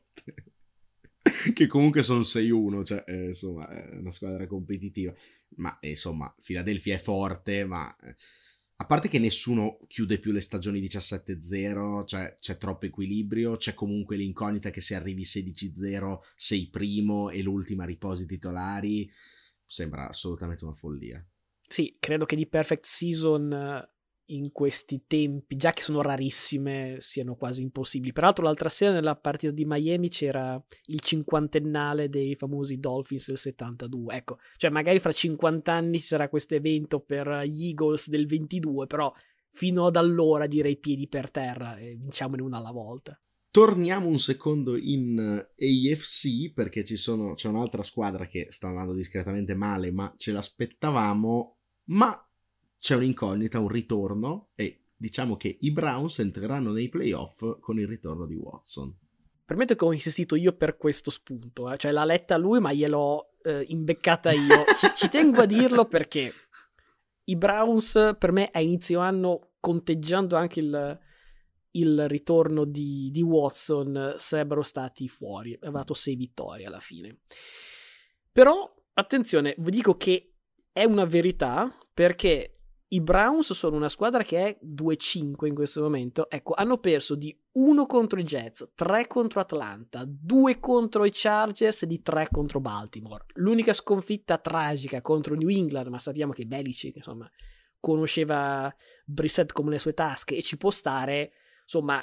che comunque sono sei uno, cioè eh, insomma è una squadra competitiva. Ma eh, insomma, Philadelphia è forte, ma... Eh, a parte che nessuno chiude più le stagioni diciassette a zero, cioè c'è troppo equilibrio, c'è comunque l'incognita che se arrivi sedici a zero sei primo e l'ultima riposi titolari, sembra assolutamente una follia. Sì, credo che di perfect season in questi tempi, già che sono rarissime, siano quasi impossibili. Peraltro l'altra sera nella partita di Miami c'era il cinquantennale dei famosi Dolphins del settantadue. Ecco, cioè magari fra cinquanta anni ci sarà questo evento per gli Eagles del ventidue, però fino ad allora direi piedi per terra e vinciamone una alla volta. Torniamo un secondo in A F C perché ci sono, c'è un'altra squadra che sta andando discretamente male, ma ce l'aspettavamo, ma c'è un'incognita, un ritorno, e diciamo che i Browns entreranno nei playoff con il ritorno di Watson. Permetto che ho insistito io per questo spunto, eh. Cioè l'ha letta lui ma gliel'ho eh, imbeccata io. Ci, ci tengo a dirlo perché i Browns per me a inizio anno, conteggiando anche il, il ritorno di, di Watson, sarebbero stati fuori, aveva dato sei vittorie alla fine. Però attenzione, vi dico che è una verità perché i Browns sono una squadra che è due cinque in questo momento. Ecco, hanno perso di uno contro i Jets, tre contro Atlanta, due contro i Chargers e di tre contro Baltimore. L'unica sconfitta tragica contro New England, ma sappiamo che Belichick, insomma, conosceva Brissett come le sue tasche e ci può stare. Insomma,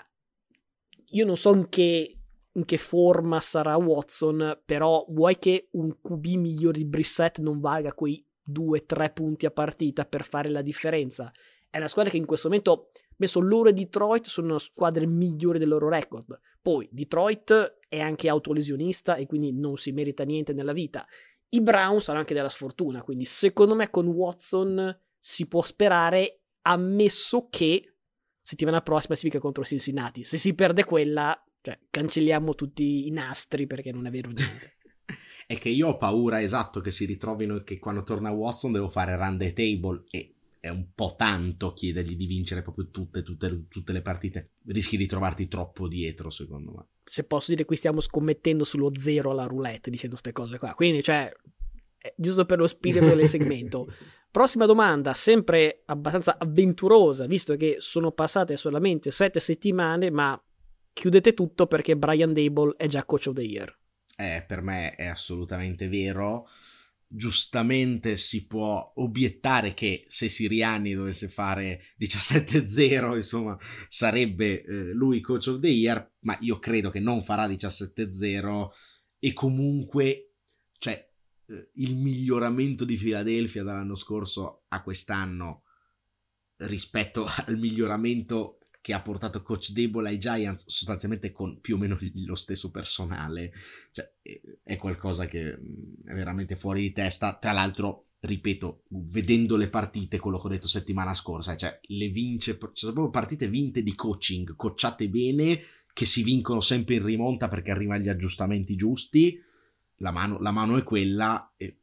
io non so in che, in che forma sarà Watson, però vuoi che un Q B migliore di Brissett non valga quei due tre punti a partita per fare la differenza? È una squadra che in questo momento, messo loro e Detroit, sono squadre migliori del loro record. Poi Detroit è anche autolesionista e quindi non si merita niente nella vita. I Browns hanno anche della sfortuna, quindi secondo me con Watson si può sperare, ammesso che settimana prossima si fica contro Cincinnati. Se si perde quella, cioè, cancelliamo tutti i nastri perché non è vero niente. È che io ho paura, esatto, che si ritrovino e che quando torna Watson devo fare run the table e è un po' tanto chiedergli di vincere proprio tutte, tutte, tutte le partite. Rischi di trovarti troppo dietro, secondo me. Se posso dire, qui stiamo scommettendo sullo zero alla roulette dicendo queste cose qua. Quindi, cioè, giusto per lo spirito del segmento. Prossima domanda, sempre abbastanza avventurosa, visto che sono passate solamente sette settimane, ma chiudete tutto perché Brian Daboll è già coach of the year. Eh, per me è assolutamente vero. Giustamente si può obiettare che se Sirianni dovesse fare diciassette a zero, insomma, sarebbe eh, lui coach of the year, ma io credo che non farà diciassette a zero e comunque, cioè, eh, il miglioramento di Philadelphia dall'anno scorso a quest'anno rispetto al miglioramento che ha portato coach Daboll ai Giants, sostanzialmente con più o meno lo stesso personale, cioè è qualcosa che è veramente fuori di testa. Tra l'altro ripeto, vedendo le partite, quello che ho detto settimana scorsa, cioè le vince, cioè sono proprio partite vinte di coaching, coachate bene, che si vincono sempre in rimonta perché arrivano gli aggiustamenti giusti. La mano, la mano è quella, e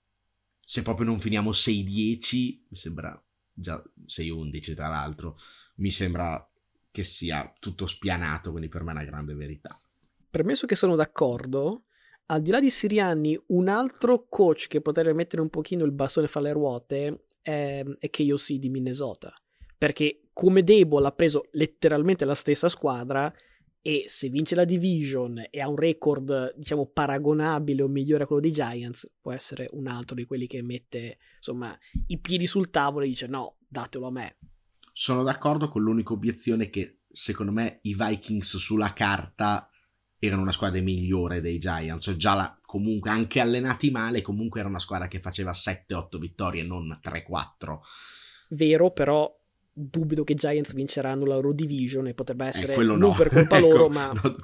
se proprio non finiamo sei dieci, mi sembra già sei undici tra l'altro, mi sembra che sia tutto spianato, quindi per me è una grande verità. Premesso che sono d'accordo, al di là di Sirianni, un altro coach che potrebbe mettere un pochino il bastone fra le ruote è, è K O C di Minnesota, perché come Dable ha preso letteralmente la stessa squadra, e se vince la division e ha un record, diciamo, paragonabile o migliore a quello dei Giants, può essere un altro di quelli che mette, insomma, i piedi sul tavolo e dice no, datelo a me. Sono d'accordo, con l'unica obiezione che secondo me i Vikings sulla carta erano una squadra migliore dei Giants, cioè già la, comunque anche allenati male, comunque era una squadra che faceva sette otto vittorie, non tre quattro. Vero, però dubito che i Giants vinceranno la loro division, e potrebbe essere eh, non no. per colpa ecco, loro, ma no,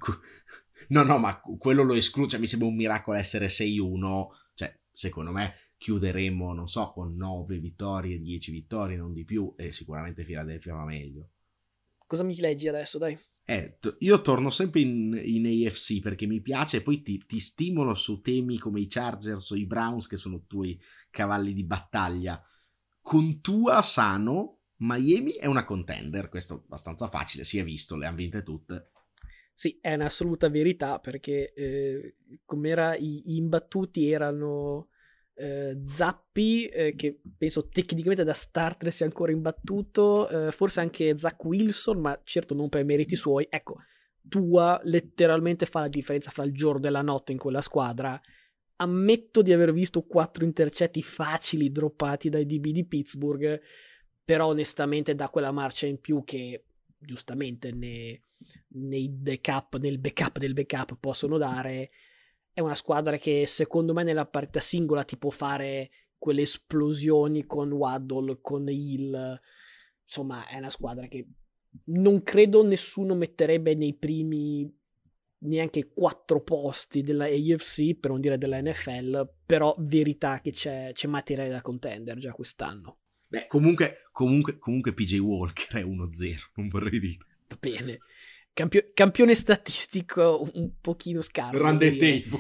no, no, ma quello lo esclude, cioè, mi sembra un miracolo essere sei uno, cioè secondo me chiuderemo, non so, con nove vittorie, dieci vittorie, non di più, e sicuramente Philadelphia va meglio. Cosa mi leggi adesso, dai? Eh, t- io torno sempre in, in A F C perché mi piace, e poi ti, ti stimolo su temi come i Chargers o i Browns, che sono i tuoi cavalli di battaglia. Con Tua sano, Miami è una contender, questo è abbastanza facile, si è visto, le hanno vinte tutte. Sì, è un'assoluta verità, perché eh, com'era i, gli imbattuti erano eh, Zappi, eh, che penso tecnicamente da starter sia ancora imbattuto, eh, forse anche Zach Wilson, ma certo non per meriti suoi. Ecco, Tua letteralmente fa la differenza fra il giorno e la notte in quella squadra. Ammetto di aver visto quattro intercetti facili droppati dai D B di Pittsburgh, però onestamente dà quella marcia in più che giustamente ne, nei backup, nel backup del backup possono dare. È una squadra che secondo me nella partita singola ti può fare quelle esplosioni con Waddle, con Hill. Insomma, è una squadra che non credo nessuno metterebbe nei primi neanche quattro posti della A F C, per non dire della N F L, però verità che c'è, c'è materiale da contender già quest'anno. Beh, comunque, comunque, comunque P J Walker è uno zero, non vorrei dire. Va bene. Campio- campione statistico un, un pochino scarso. Grande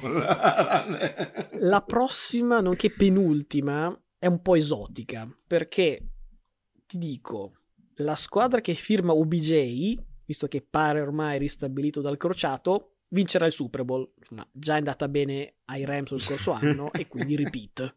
table. La prossima, nonché penultima, è un po' esotica, perché ti dico, la squadra che firma O B J, visto che pare ormai ristabilito dal crociato, vincerà il Super Bowl. Insomma, già è andata bene ai Rams lo scorso anno e quindi repeat.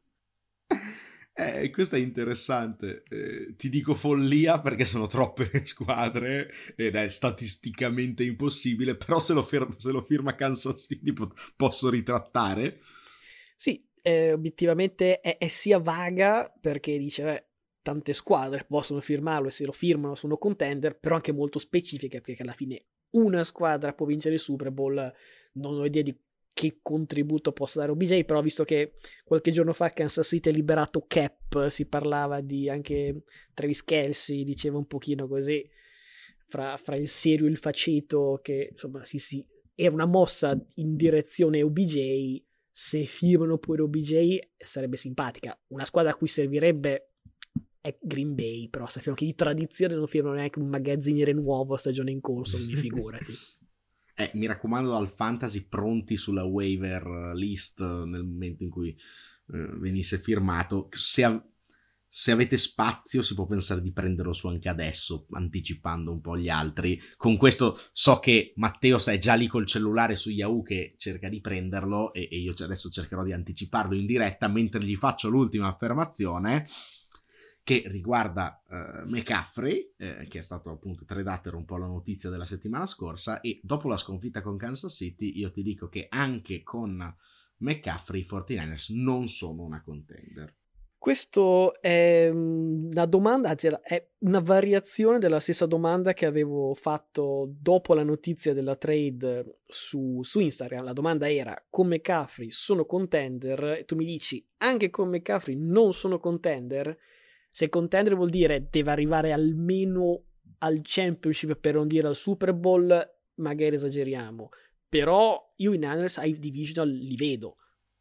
Eh, questo è interessante. Eh, ti dico follia perché sono troppe squadre ed è statisticamente impossibile, però se lo, firma, se lo firma Kansas City posso ritrattare. Sì, eh, obiettivamente è, è sia vaga perché dice beh, tante squadre possono firmarlo e se lo firmano sono contender, però anche molto specifica perché alla fine una squadra può vincere il Super Bowl. Non ho idea di che contributo possa dare O B J, però visto che qualche giorno fa Kansas City ha liberato cap, si parlava di anche Travis Kelce, diceva un pochino così fra, fra il serio e il faceto, che insomma sì sì è una mossa in direzione O B J. Se firmano pure O B J sarebbe simpatica. Una squadra a cui servirebbe è Green Bay, però sappiamo che di tradizione non firmano neanche un magazziniere nuovo a stagione in corso, quindi figurati. Eh, mi raccomando al fantasy, pronti sulla waiver list nel momento in cui eh, venisse firmato. Se, av- se avete spazio si può pensare di prenderlo su anche adesso, anticipando un po' gli altri. Con questo so che Matteo è già lì col cellulare su Yahoo che cerca di prenderlo e, e io adesso cercherò di anticiparlo in diretta mentre gli faccio l'ultima affermazione che riguarda uh, McCaffrey, eh, che è stato appunto tradato, era un po' la notizia della settimana scorsa, e dopo la sconfitta con Kansas City io ti dico che anche con McCaffrey i quarantanovers non sono una contender. Questo è una domanda, anzi è una variazione della stessa domanda che avevo fatto dopo la notizia della trade su, su Instagram. La domanda era: con McCaffrey sono contender? E tu mi dici anche con McCaffrey non sono contender. Se contender vuol dire deve arrivare almeno al championship, per non dire al Super Bowl, magari esageriamo, però io i Niners ai divisional li vedo.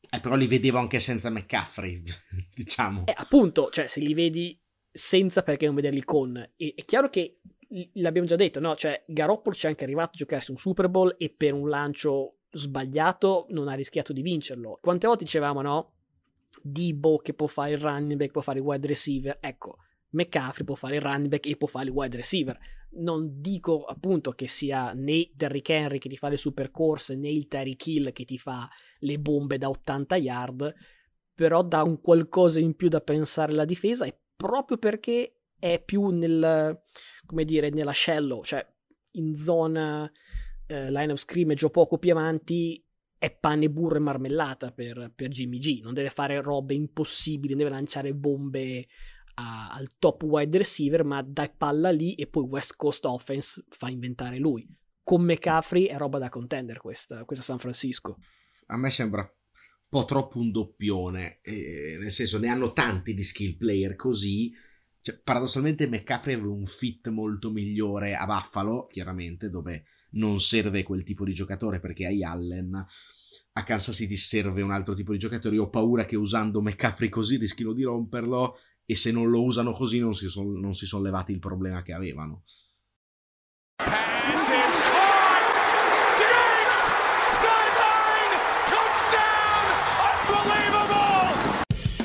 Eh, però li vedevo anche senza McCaffrey, diciamo. Eh, appunto, cioè se li vedi senza, perché non vederli con? E, è chiaro che l'abbiamo già detto, no? Cioè Garoppolo c'è anche arrivato a giocarsi un Super Bowl e per un lancio sbagliato non ha rischiato di vincerlo. Quante volte dicevamo, no? Debo che può fare il running back, può fare il wide receiver. Ecco, McCaffrey può fare il running back e può fare il wide receiver. Non dico appunto che sia né Derrick Henry che ti fa le super corse, né il Tyreek Hill che ti fa le bombe da ottanta yard, però dà un qualcosa in più da pensare alla difesa, e proprio perché è più nel, come dire, nella shallow, cioè in zona eh, line of scrimmage o poco più avanti, è pane, burro e marmellata per, per Jimmy G. Non deve fare robe impossibili, non deve lanciare bombe a, al top wide receiver, ma dai palla lì e poi West Coast offense fa inventare lui. Con McCaffrey è roba da contender questa, questa San Francisco. A me sembra un po' troppo un doppione, eh, nel senso, ne hanno tanti di skill player così. Cioè, paradossalmente McCaffrey aveva un fit molto migliore a Buffalo, chiaramente, dove non serve quel tipo di giocatore, perché hai Allen. A Kansas City serve un altro tipo di giocatore. Io ho paura che usando McCaffrey così rischino di romperlo, e se non lo usano così non si, son, non si sono levati il problema che avevano. Passes caught! Diggs! Sideline! Touchdown! Unbelievable!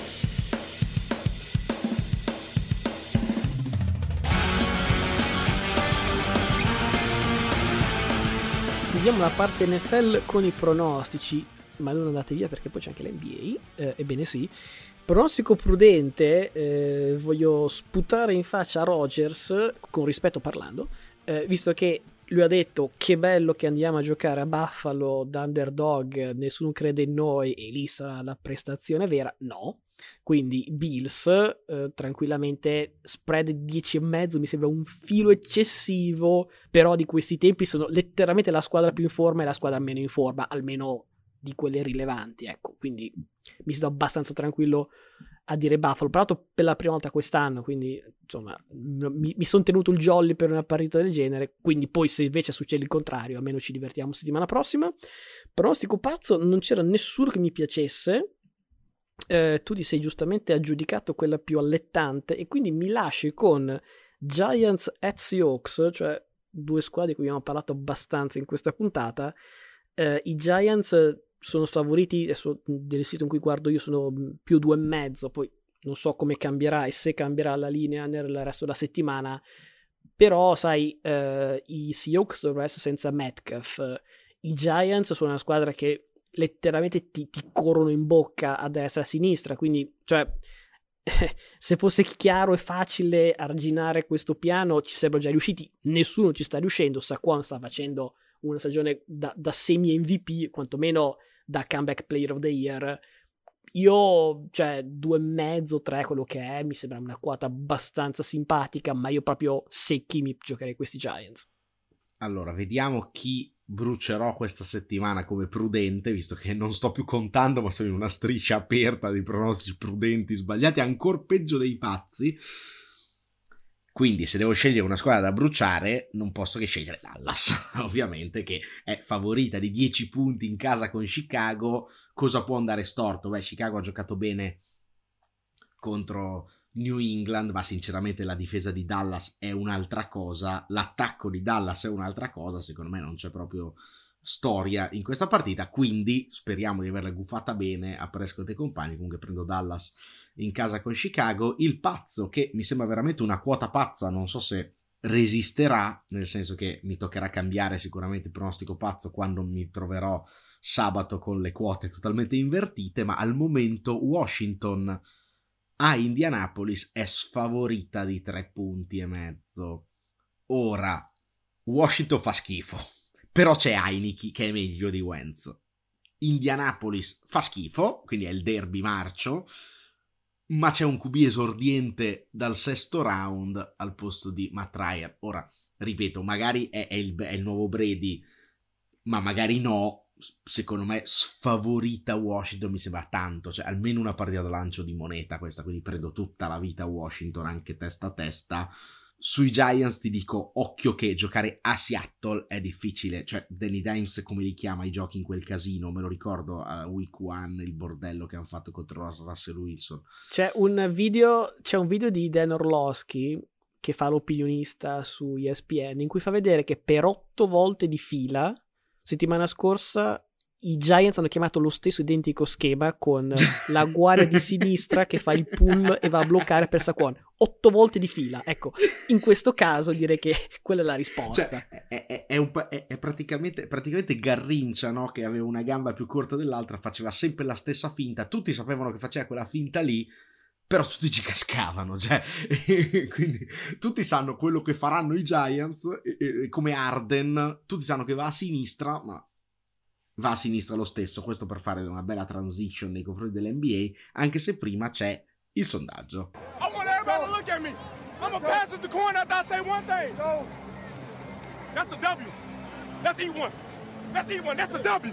Chiudiamo la parte N F L con i pronostici, ma non andate via perché poi c'è anche l'N B A, eh, ebbene sì. Pronostico prudente, eh, voglio sputare in faccia a Rodgers, con rispetto parlando, eh, visto che lui ha detto che bello che andiamo a giocare a Buffalo da underdog, nessuno crede in noi e lì sarà la prestazione vera. No, quindi Bills, eh, tranquillamente, spread dieci e mezzo mi sembra un filo eccessivo, però di questi tempi sono letteralmente la squadra più in forma e la squadra meno in forma, almeno di quelle rilevanti, ecco, quindi mi sto abbastanza tranquillo a dire Buffalo, peraltro per la prima volta quest'anno, quindi insomma mi, mi sono tenuto il jolly per una partita del genere, quindi poi se invece succede il contrario almeno ci divertiamo settimana prossima. Pronostico pazzo, non c'era nessuno che mi piacesse, eh, tu ti sei giustamente aggiudicato quella più allettante e quindi mi lasci con Giants at Seahawks, cioè due squadre di cui abbiamo parlato abbastanza in questa puntata. eh, i Giants sono favoriti, adesso del sito in cui guardo io sono più due e mezzo, poi non so come cambierà e se cambierà la linea nel resto della settimana, però sai, eh, i Seahawks dovrebbero essere senza Metcalf, i Giants sono una squadra che letteralmente ti, ti corrono in bocca a destra e a sinistra, quindi cioè se fosse chiaro e facile arginare questo piano ci sarebbero già riusciti, nessuno ci sta riuscendo. Saquon sta facendo una stagione da, da semi M V P, quantomeno da comeback player of the year. Io, cioè, due e mezzo, tre, quello che è, mi sembra una quota abbastanza simpatica, ma io proprio secchi mi giocherei questi Giants. Allora, vediamo chi brucerò questa settimana come prudente, visto che non sto più contando, ma sono in una striscia aperta di pronostici prudenti sbagliati, ancora peggio dei pazzi. Quindi se devo scegliere una squadra da bruciare non posso che scegliere Dallas, ovviamente, che è favorita di dieci punti in casa con Chicago. Cosa può andare storto? Beh, Chicago ha giocato bene contro New England, ma sinceramente la difesa di Dallas è un'altra cosa, l'attacco di Dallas è un'altra cosa, secondo me non c'è proprio storia in questa partita, quindi speriamo di averla guffata bene a Prescott e compagni. Comunque prendo Dallas in casa con Chicago. Il pazzo, che mi sembra veramente una quota pazza, non so se resisterà, nel senso che mi toccherà cambiare sicuramente il pronostico pazzo quando mi troverò sabato con le quote totalmente invertite, ma al momento Washington a Indianapolis è sfavorita di tre punti e mezzo. Ora, Washington fa schifo, però c'è Heineke che è meglio di Wentz. Indianapolis fa schifo, quindi è il derby marcio, ma c'è un Q B esordiente dal sesto round al posto di Matt Ryan. Ora, ripeto, magari è, è, il, è il nuovo Brady, ma magari no. Secondo me sfavorita Washington mi sembra tanto, cioè almeno una partita da lancio di moneta questa, quindi prendo tutta la vita Washington anche testa a testa, Sui Giants ti dico, occhio che giocare a Seattle è difficile, cioè Danny Dimes come li chiama i giochi in quel casino, me lo ricordo a Week One, il bordello che hanno fatto contro Russell Wilson. C'è un video, c'è un video di Dan Orlovsky che fa l'opinionista su E S P N in cui fa vedere che per otto volte di fila settimana scorsa i Giants hanno chiamato lo stesso identico schema con la guardia di sinistra che fa il pull e va a bloccare per Saquon otto volte di fila. Ecco, in questo caso direi che quella è la risposta. Cioè, è, è, è, un, è, è praticamente, praticamente Garrincia, no? Che aveva una gamba più corta dell'altra, faceva sempre la stessa finta, tutti sapevano che faceva quella finta lì, però tutti ci cascavano, cioè, quindi tutti sanno quello che faranno i Giants, e, e, come Arden, tutti sanno che va a sinistra, ma va a sinistra lo stesso. Questo per fare una bella transition nei confronti dell'N B A, anche se prima c'è il sondaggio. I want everybody to look at me. I'm gonna pass it to Corn after I say one thing. That's a W. Let's eat one. Let's eat one. That's a W.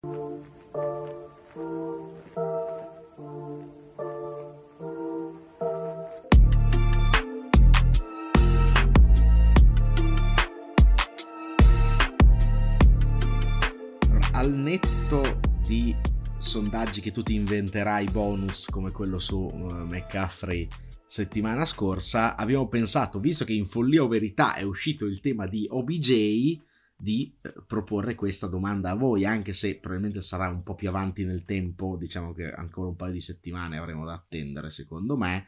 Al netto di sondaggi che tu ti inventerai bonus come quello su uh, McCaffrey settimana scorsa, abbiamo pensato, visto che in Follia o Verità è uscito il tema di O B J, di eh, proporre questa domanda a voi, anche se probabilmente sarà un po' più avanti nel tempo, diciamo che ancora un paio di settimane avremo da attendere secondo me.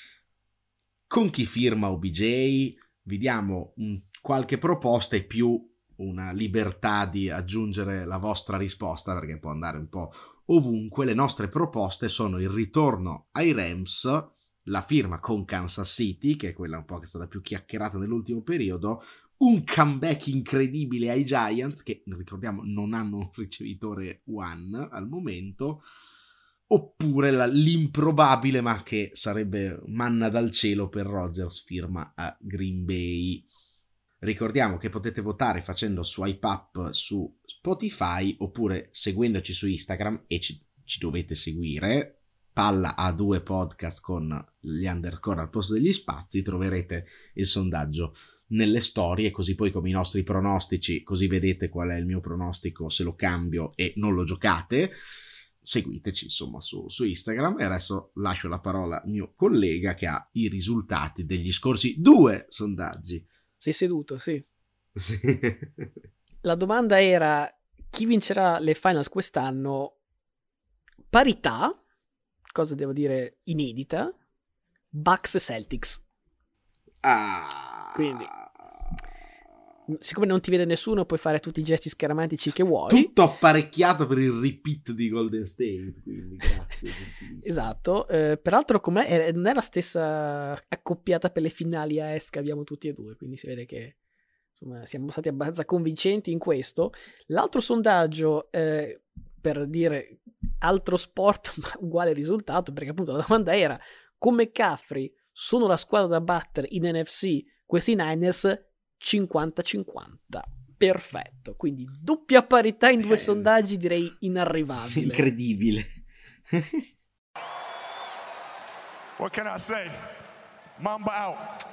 Con chi firma O B J? Vi diamo un, qualche proposta e più una libertà di aggiungere la vostra risposta, perché può andare un po' ovunque. Le nostre proposte sono il ritorno ai Rams, la firma con Kansas City, che è quella un po' che è stata più chiacchierata nell'ultimo periodo, un comeback incredibile ai Giants, che ricordiamo non hanno un ricevitore one al momento, oppure la, l'improbabile, ma che sarebbe manna dal cielo per Rodgers, firma a Green Bay. Ricordiamo che potete votare facendo swipe up su Spotify oppure seguendoci su Instagram, e ci, ci dovete seguire. Palla a due podcast con gli underscore al posto degli spazi, troverete il sondaggio nelle storie, così poi come i nostri pronostici, così vedete qual è il mio pronostico, se lo cambio e non lo giocate. Seguiteci insomma su, su Instagram. E adesso lascio la parola al mio collega che ha i risultati degli scorsi due sondaggi. Sei seduto, sì. Sì. La domanda era: chi vincerà le finals quest'anno? Parità, cosa devo dire inedita, Bucks Celtics. Ah. Quindi, siccome non ti vede nessuno, puoi fare tutti i gesti scaramantici che vuoi. Tutto apparecchiato per il repeat di Golden State, quindi grazie. Esatto. Eh, peraltro com'è, è, non è la stessa accoppiata per le finali a est che abbiamo tutti e due, quindi si vede che insomma siamo stati abbastanza convincenti in questo. L'altro sondaggio, eh, per dire altro sport ma uguale risultato, perché appunto la domanda era: con McCaffrey sono la squadra da battere in N F C questi Niners? cinquanta cinquanta. Perfetto, quindi doppia parità in due eh, sondaggi, direi inarrivabile. Incredibile. What can I say? Mamba out.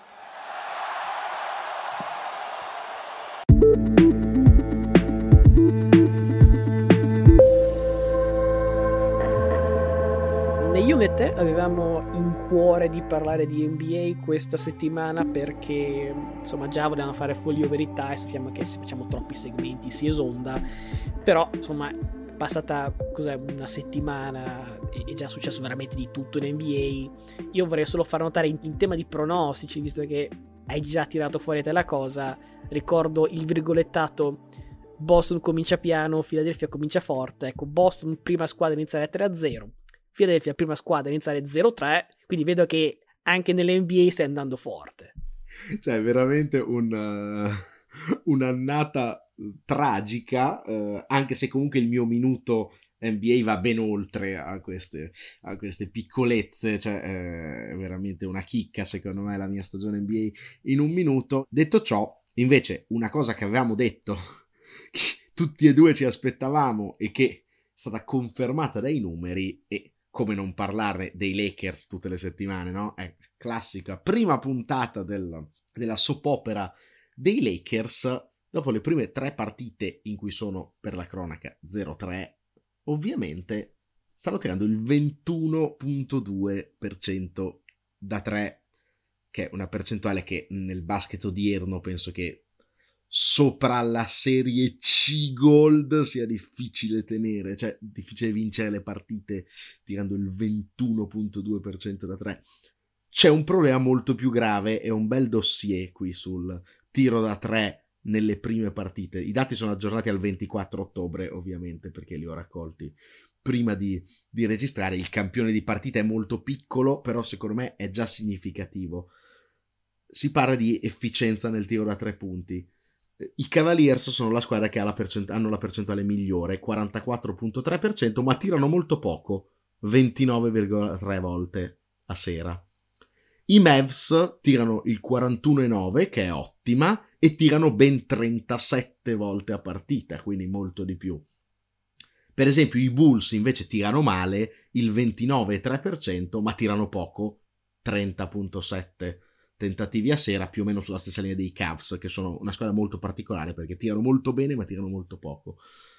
Io e te avevamo in cuore di parlare di N B A questa settimana perché insomma già volevamo fare Follia o Verità e sappiamo che se facciamo troppi segmenti si esonda, però insomma passata cos'è, una settimana e è già successo veramente di tutto in N B A. Io vorrei solo far notare in, in tema di pronostici, visto che hai già tirato fuori te la cosa, ricordo il virgolettato Boston comincia piano, Philadelphia comincia forte. Ecco, Boston prima squadra iniziare tre a zero, Philadelphia prima squadra iniziare zero tre, quindi vedo che anche nell'N B A stai andando forte. Cioè veramente un, uh, un'annata tragica, uh, anche se comunque il mio minuto N B A va ben oltre a queste, a queste piccolezze, cioè è veramente una chicca secondo me la mia stagione N B A in un minuto. Detto ciò, invece una cosa che avevamo detto che tutti e due ci aspettavamo e che è stata confermata dai numeri, e come non parlarne dei Lakers tutte le settimane, no? È classica prima puntata del, della soap opera dei Lakers, dopo le prime tre partite in cui sono, per la cronaca, zero tre, ovviamente stanno tirando il ventuno virgola due per cento da tre, che è una percentuale che nel basket odierno penso che sopra la serie C Gold sia difficile tenere, cioè difficile vincere le partite tirando il ventuno virgola due per cento da tre. C'è un problema molto più grave e un bel dossier qui sul tiro da tre nelle prime partite. I dati sono aggiornati al ventiquattro ottobre, ovviamente, perché li ho raccolti prima di, di registrare. Il campione di partita è molto piccolo, però secondo me è già significativo. Si parla di efficienza nel tiro da tre punti. I Cavaliers sono la squadra che ha la percent- hanno la percentuale migliore, quarantaquattro virgola tre per cento, ma tirano molto poco, ventinove virgola tre volte a sera. I Mavs tirano il quarantuno virgola nove, che è ottima, e tirano ben trentasette volte a partita, quindi molto di più. Per esempio i Bulls invece tirano male, il ventinove virgola tre per cento, ma tirano poco, trenta virgola sette tentativi a sera, più o meno sulla stessa linea dei Cavs, che sono una squadra molto particolare perché tirano molto bene ma tirano molto poco.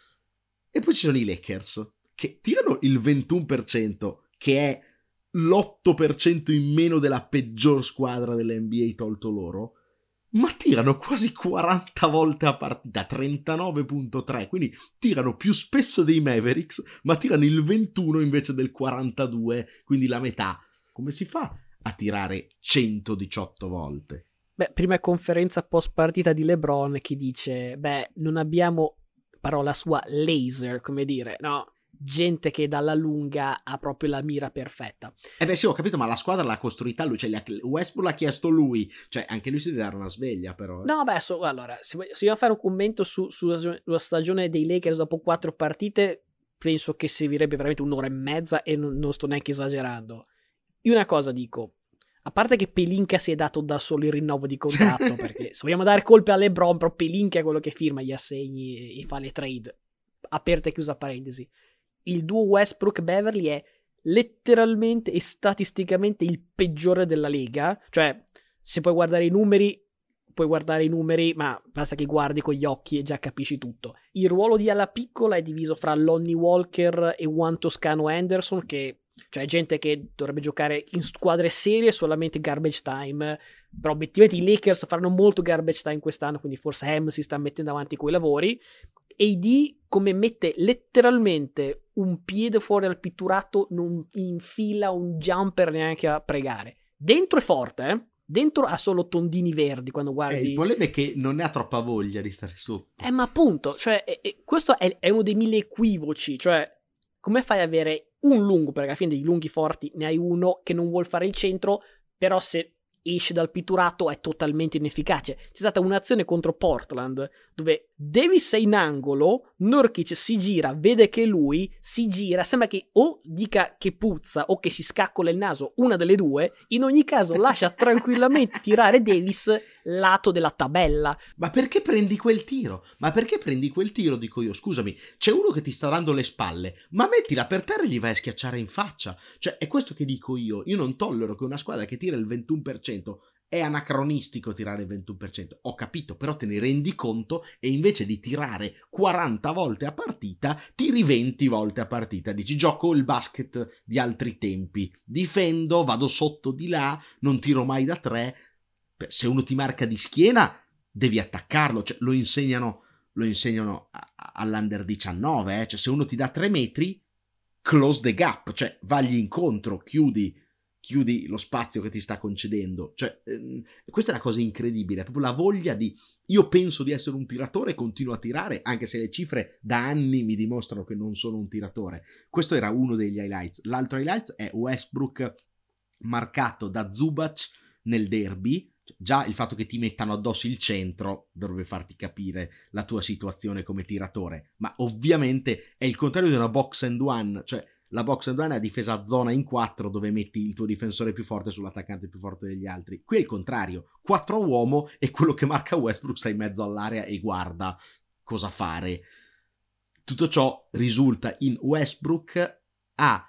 E poi ci sono i Lakers, che tirano il ventuno per cento, che è l'otto per cento in meno della peggior squadra dell'N B A tolto loro, ma tirano quasi quaranta volte a partita, trentanove virgola tre, quindi tirano più spesso dei Mavericks, ma tirano il ventuno invece del quarantadue, quindi la metà. Come si fa a tirare centodiciotto volte? Beh, prima conferenza post partita di LeBron che dice, beh, non abbiamo, parola sua, laser, come dire, no, gente che dalla lunga ha proprio la mira perfetta. Eh beh sì, ho capito, ma la squadra l'ha costruita lui, cioè Westbrook l'ha chiesto lui, cioè anche lui si deve dare una sveglia però. Eh. No, beh, so, allora, se vogliamo fare un commento su, sulla, sulla stagione dei Lakers dopo quattro partite, penso che servirebbe veramente un'ora e mezza e non, non sto neanche esagerando. Io una cosa dico, a parte che Pelinka si è dato da solo il rinnovo di contratto, perché se vogliamo dare colpe a LeBron, però Pelinka è quello che firma gli assegni e fa le trade, aperta e chiusa parentesi. Il duo Westbrook-Beverly è letteralmente e statisticamente il peggiore della Lega, cioè se puoi guardare i numeri, puoi guardare i numeri, ma basta che guardi con gli occhi e già capisci tutto. Il ruolo di ala piccola è diviso fra Lonnie Walker e Juan Toscano Anderson, che cioè gente che dovrebbe giocare in squadre serie solamente garbage time, però obiettivamente i Lakers faranno molto garbage time quest'anno, quindi forse Ham si sta mettendo avanti coi lavori. A D come mette letteralmente un piede fuori dal pitturato, non infila un jumper neanche a pregare. Dentro è forte, eh? Dentro ha solo tondini verdi quando guardi. Eh, il problema è che non ne ha troppa voglia di stare sotto. Eh, ma appunto, cioè, è, è, questo è, è uno dei mille equivoci, cioè, come fai ad avere un lungo, perché alla fine dei lunghi forti ne hai uno che non vuol fare il centro, però se esce dal pitturato è totalmente inefficace. C'è stata un'azione contro Portland dove Davis è in angolo, Nurkic si gira, vede che lui si gira, sembra che o dica che puzza o che si scaccola il naso, una delle due. In ogni caso lascia tranquillamente tirare Davis lato della tabella. Ma perché prendi quel tiro? Ma perché prendi quel tiro, dico io, scusami, c'è uno che ti sta dando le spalle, ma mettila per terra e gli vai a schiacciare in faccia. Cioè è questo che dico io, io non tollero che una squadra che tira il ventuno per cento, è anacronistico tirare il ventuno per cento, ho capito, però te ne rendi conto e invece di tirare quaranta volte a partita tiri venti volte a partita, dici gioco il basket di altri tempi, difendo, vado sotto di là, non tiro mai da tre. Se uno ti marca di schiena devi attaccarlo, cioè, lo insegnano lo insegnano a, a, all'under diciannove, eh? Cioè se uno ti dà tre metri close the gap, cioè vagli incontro, chiudi chiudi lo spazio che ti sta concedendo, cioè ehm, questa è la cosa incredibile, è proprio la voglia di io penso di essere un tiratore e continuo a tirare anche se le cifre da anni mi dimostrano che non sono un tiratore. Questo era uno degli highlights. L'altro highlights è Westbrook marcato da Zubac nel derby. Già il fatto che ti mettano addosso il centro dovrebbe farti capire la tua situazione come tiratore, ma ovviamente è il contrario di una box and one, cioè la box and one è a difesa a zona in quattro dove metti il tuo difensore più forte sull'attaccante più forte degli altri. Qui è il contrario, quattro uomo e quello che marca Westbrook sta in mezzo all'area e guarda cosa fare. Tutto ciò risulta in Westbrook a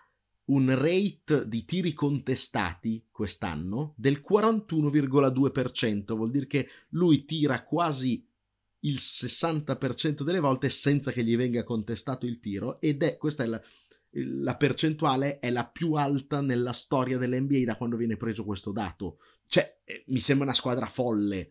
un rate di tiri contestati quest'anno del quarantuno virgola due per cento, vuol dire che lui tira quasi il sessanta per cento delle volte senza che gli venga contestato il tiro, ed è questa è la, la percentuale è la più alta nella storia dell'N B A da quando viene preso questo dato. Cioè, mi sembra una squadra folle.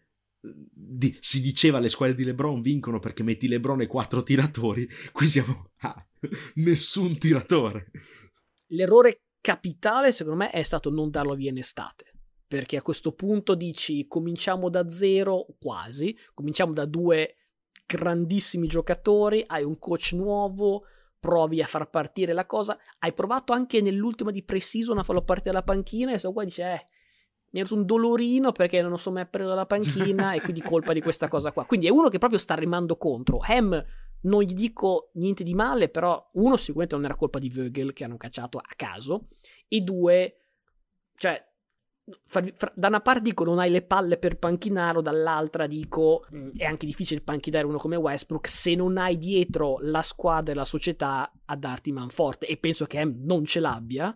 Di, si diceva le squadre di LeBron vincono perché metti LeBron e quattro tiratori, qui siamo a nessun tiratore. L'errore capitale secondo me è stato non darlo via in estate, perché a questo punto dici cominciamo da zero, quasi, cominciamo da due grandissimi giocatori, hai un coach nuovo, provi a far partire la cosa, hai provato anche nell'ultima di pre-season a farlo partire dalla panchina e so qua dice eh mi è venuto un dolorino perché non so mai preso la panchina e quindi colpa di questa cosa qua. Quindi è uno che proprio sta rimando contro. Ham non gli dico niente di male, però uno sicuramente non era colpa di Vogel che hanno cacciato a caso, e due, cioè fra, fra, da una parte dico non hai le palle per panchinarlo, dall'altra dico mh, è anche difficile panchinare uno come Westbrook se non hai dietro la squadra e la società a darti manforte, e penso che Ham non ce l'abbia.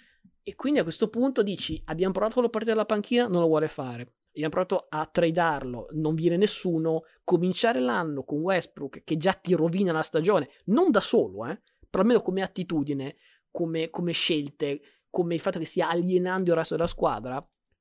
E quindi a questo punto dici abbiamo provato a farlo partire dalla panchina, non lo vuole fare, abbiamo provato a tradarlo, non viene nessuno, cominciare l'anno con Westbrook che già ti rovina la stagione, non da solo, eh, però almeno come attitudine, come, come scelte, come il fatto che stia alienando il resto della squadra.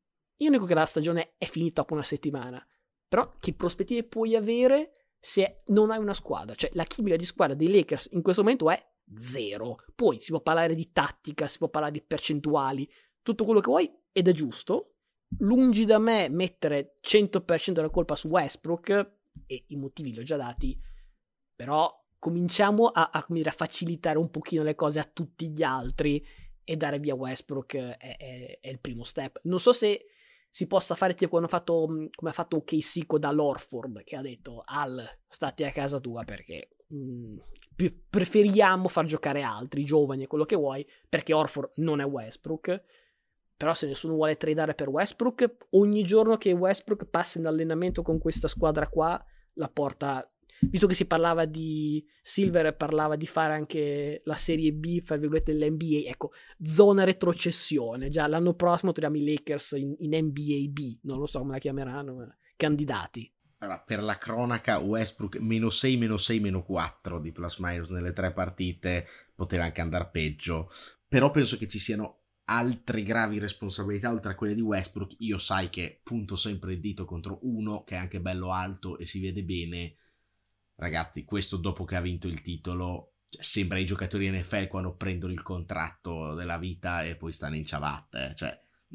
Io dico che la stagione è finita dopo una settimana, però che prospettive puoi avere se non hai una squadra? Cioè la chimica di squadra dei Lakers in questo momento è zero. Poi si può parlare di tattica, si può parlare di percentuali, tutto quello che vuoi, ed è giusto. Lungi da me mettere cento per cento della colpa su Westbrook, e i motivi li ho già dati, però cominciamo a, a, come dire, a facilitare un pochino le cose a tutti gli altri, e dare via Westbrook è, è, è il primo step. Non so se si possa fare tipo quando ha fatto, come ha fatto O K C con Dall'Orford, che ha detto Al, stati a casa tua perché mh, preferiamo far giocare altri giovani e quello che vuoi, perché Orford non è Westbrook. Però se nessuno vuole tradare per Westbrook, ogni giorno che Westbrook passa in allenamento con questa squadra qua la porta, visto che si parlava di Silver, parlava di fare anche la serie B fra virgolette dell'N B A, ecco, zona retrocessione. Già l'anno prossimo troviamo i Lakers in, in N B A B, non lo so come la chiameranno, ma candidati. Allora, per la cronaca, Westbrook meno sei, meno sei, meno quattro di plus minus nelle tre partite, poteva anche andare peggio, però penso che ci siano altre gravi responsabilità oltre a quelle di Westbrook. Io sai che punto sempre il dito contro uno che è anche bello alto e si vede bene. Ragazzi, questo dopo che ha vinto il titolo, cioè, sembra i giocatori N F L quando prendono il contratto della vita e poi stanno in ciabatte, cioè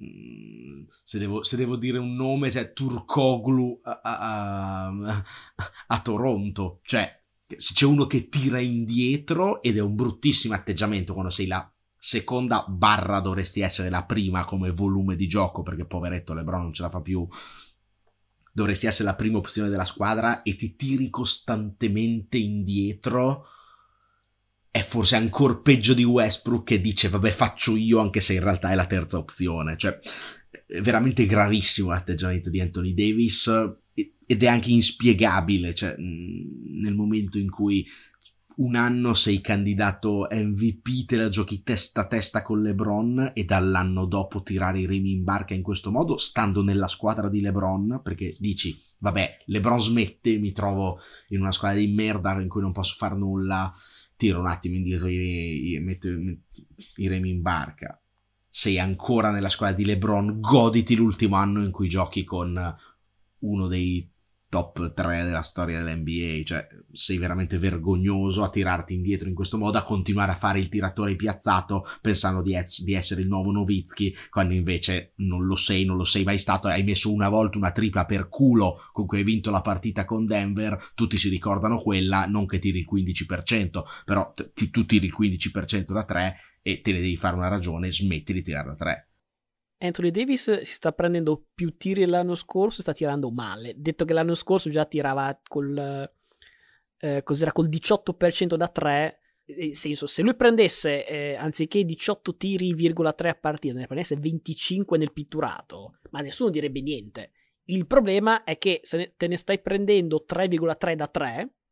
Se devo, se devo dire un nome, cioè Turkoglu a, a, a, a Toronto, cioè se c'è uno che tira indietro, ed è un bruttissimo atteggiamento quando sei la seconda barra, dovresti essere la prima come volume di gioco, perché poveretto LeBron non ce la fa più, dovresti essere la prima opzione della squadra e ti tiri costantemente indietro. È forse ancora peggio di Westbrook che dice vabbè faccio io, anche se in realtà è la terza opzione. Cioè è veramente gravissimo l'atteggiamento di Anthony Davis, ed è anche inspiegabile, cioè nel momento in cui un anno sei candidato M V P, te la giochi testa a testa con LeBron, e dall'anno dopo tirare i remi in barca in questo modo, stando nella squadra di LeBron, perché dici vabbè LeBron smette, mi trovo in una squadra di merda in cui non posso far nulla, tiro un attimo indietro e metto i remi in barca. Sei ancora nella squadra di LeBron, goditi l'ultimo anno in cui giochi con uno dei top tre della storia dell'N B A, cioè sei veramente vergognoso a tirarti indietro in questo modo, a continuare a fare il tiratore piazzato pensando di, es- di essere il nuovo Nowitzki, quando invece non lo sei, non lo sei mai stato. Hai messo una volta una tripla per culo con cui hai vinto la partita con Denver, tutti si ricordano quella, non che tiri il quindici per cento, però t- tu tiri il quindici per cento da tre e te ne devi fare una ragione, smetti di tirare da tre. Anthony Davis si sta prendendo più tiri l'anno scorso, sta tirando male. Detto che l'anno scorso già tirava col, eh, cos'era, col diciotto per cento da tre, nel senso, se lui prendesse eh, anziché diciotto tiri virgola tre a partita, ne prendesse venticinque nel pitturato, ma nessuno direbbe niente. Il problema è che se ne, te ne stai prendendo tre virgola tre da tre,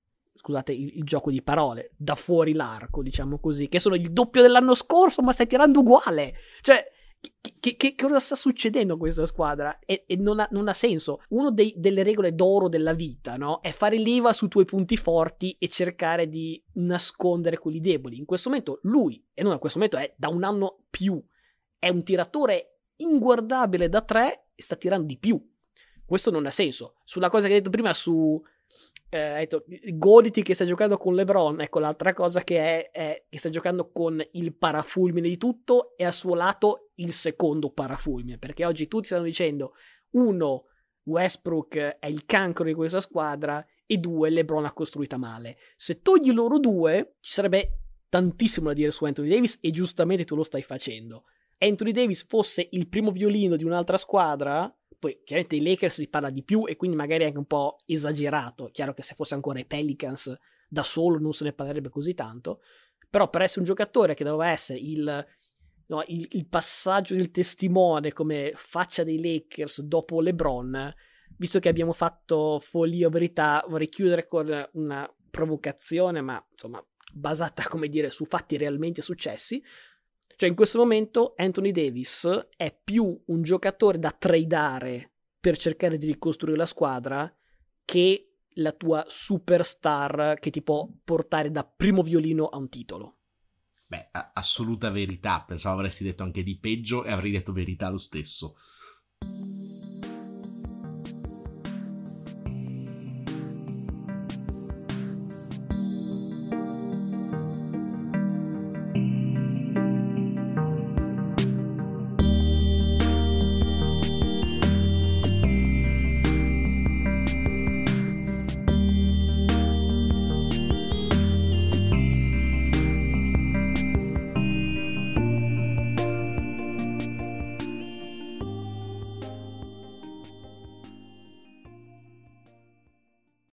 scusate il, il gioco di parole, da fuori l'arco, diciamo così, che sono il doppio dell'anno scorso, ma stai tirando uguale. Cioè, che, che, che cosa sta succedendo a questa squadra? E, e non, ha, non ha senso. Una delle regole d'oro della vita, no? È fare leva sui tuoi punti forti e cercare di nascondere quelli deboli. In questo momento lui, e non a questo momento, è da un anno più, è un tiratore inguardabile da tre e sta tirando di più. Questo non ha senso. Sulla cosa che hai detto prima su eh, hai detto, goditi che stai giocando con LeBron, ecco l'altra cosa che è, è che stai giocando con il parafulmine di tutto e a suo lato il secondo parafulmine, perché oggi tutti stanno dicendo uno, Westbrook è il cancro di questa squadra e due, LeBron l'ha costruita male. Se togli loro due ci sarebbe tantissimo da dire su Anthony Davis e giustamente tu lo stai facendo. Anthony Davis fosse il primo violino di un'altra squadra, poi chiaramente i Lakers si parla di più e quindi magari è anche un po' esagerato, chiaro che se fosse ancora i Pelicans da solo non se ne parlerebbe così tanto, però per essere un giocatore che doveva essere il, no, il, il passaggio del testimone come faccia dei Lakers dopo LeBron, visto che abbiamo fatto follia o verità, vorrei chiudere con una provocazione, ma insomma basata, come dire, su fatti realmente successi. Cioè in questo momento Anthony Davis è più un giocatore da tradare per cercare di ricostruire la squadra che la tua superstar che ti può portare da primo violino a un titolo. Beh, assoluta verità, pensavo avresti detto anche di peggio e avrei detto verità lo stesso.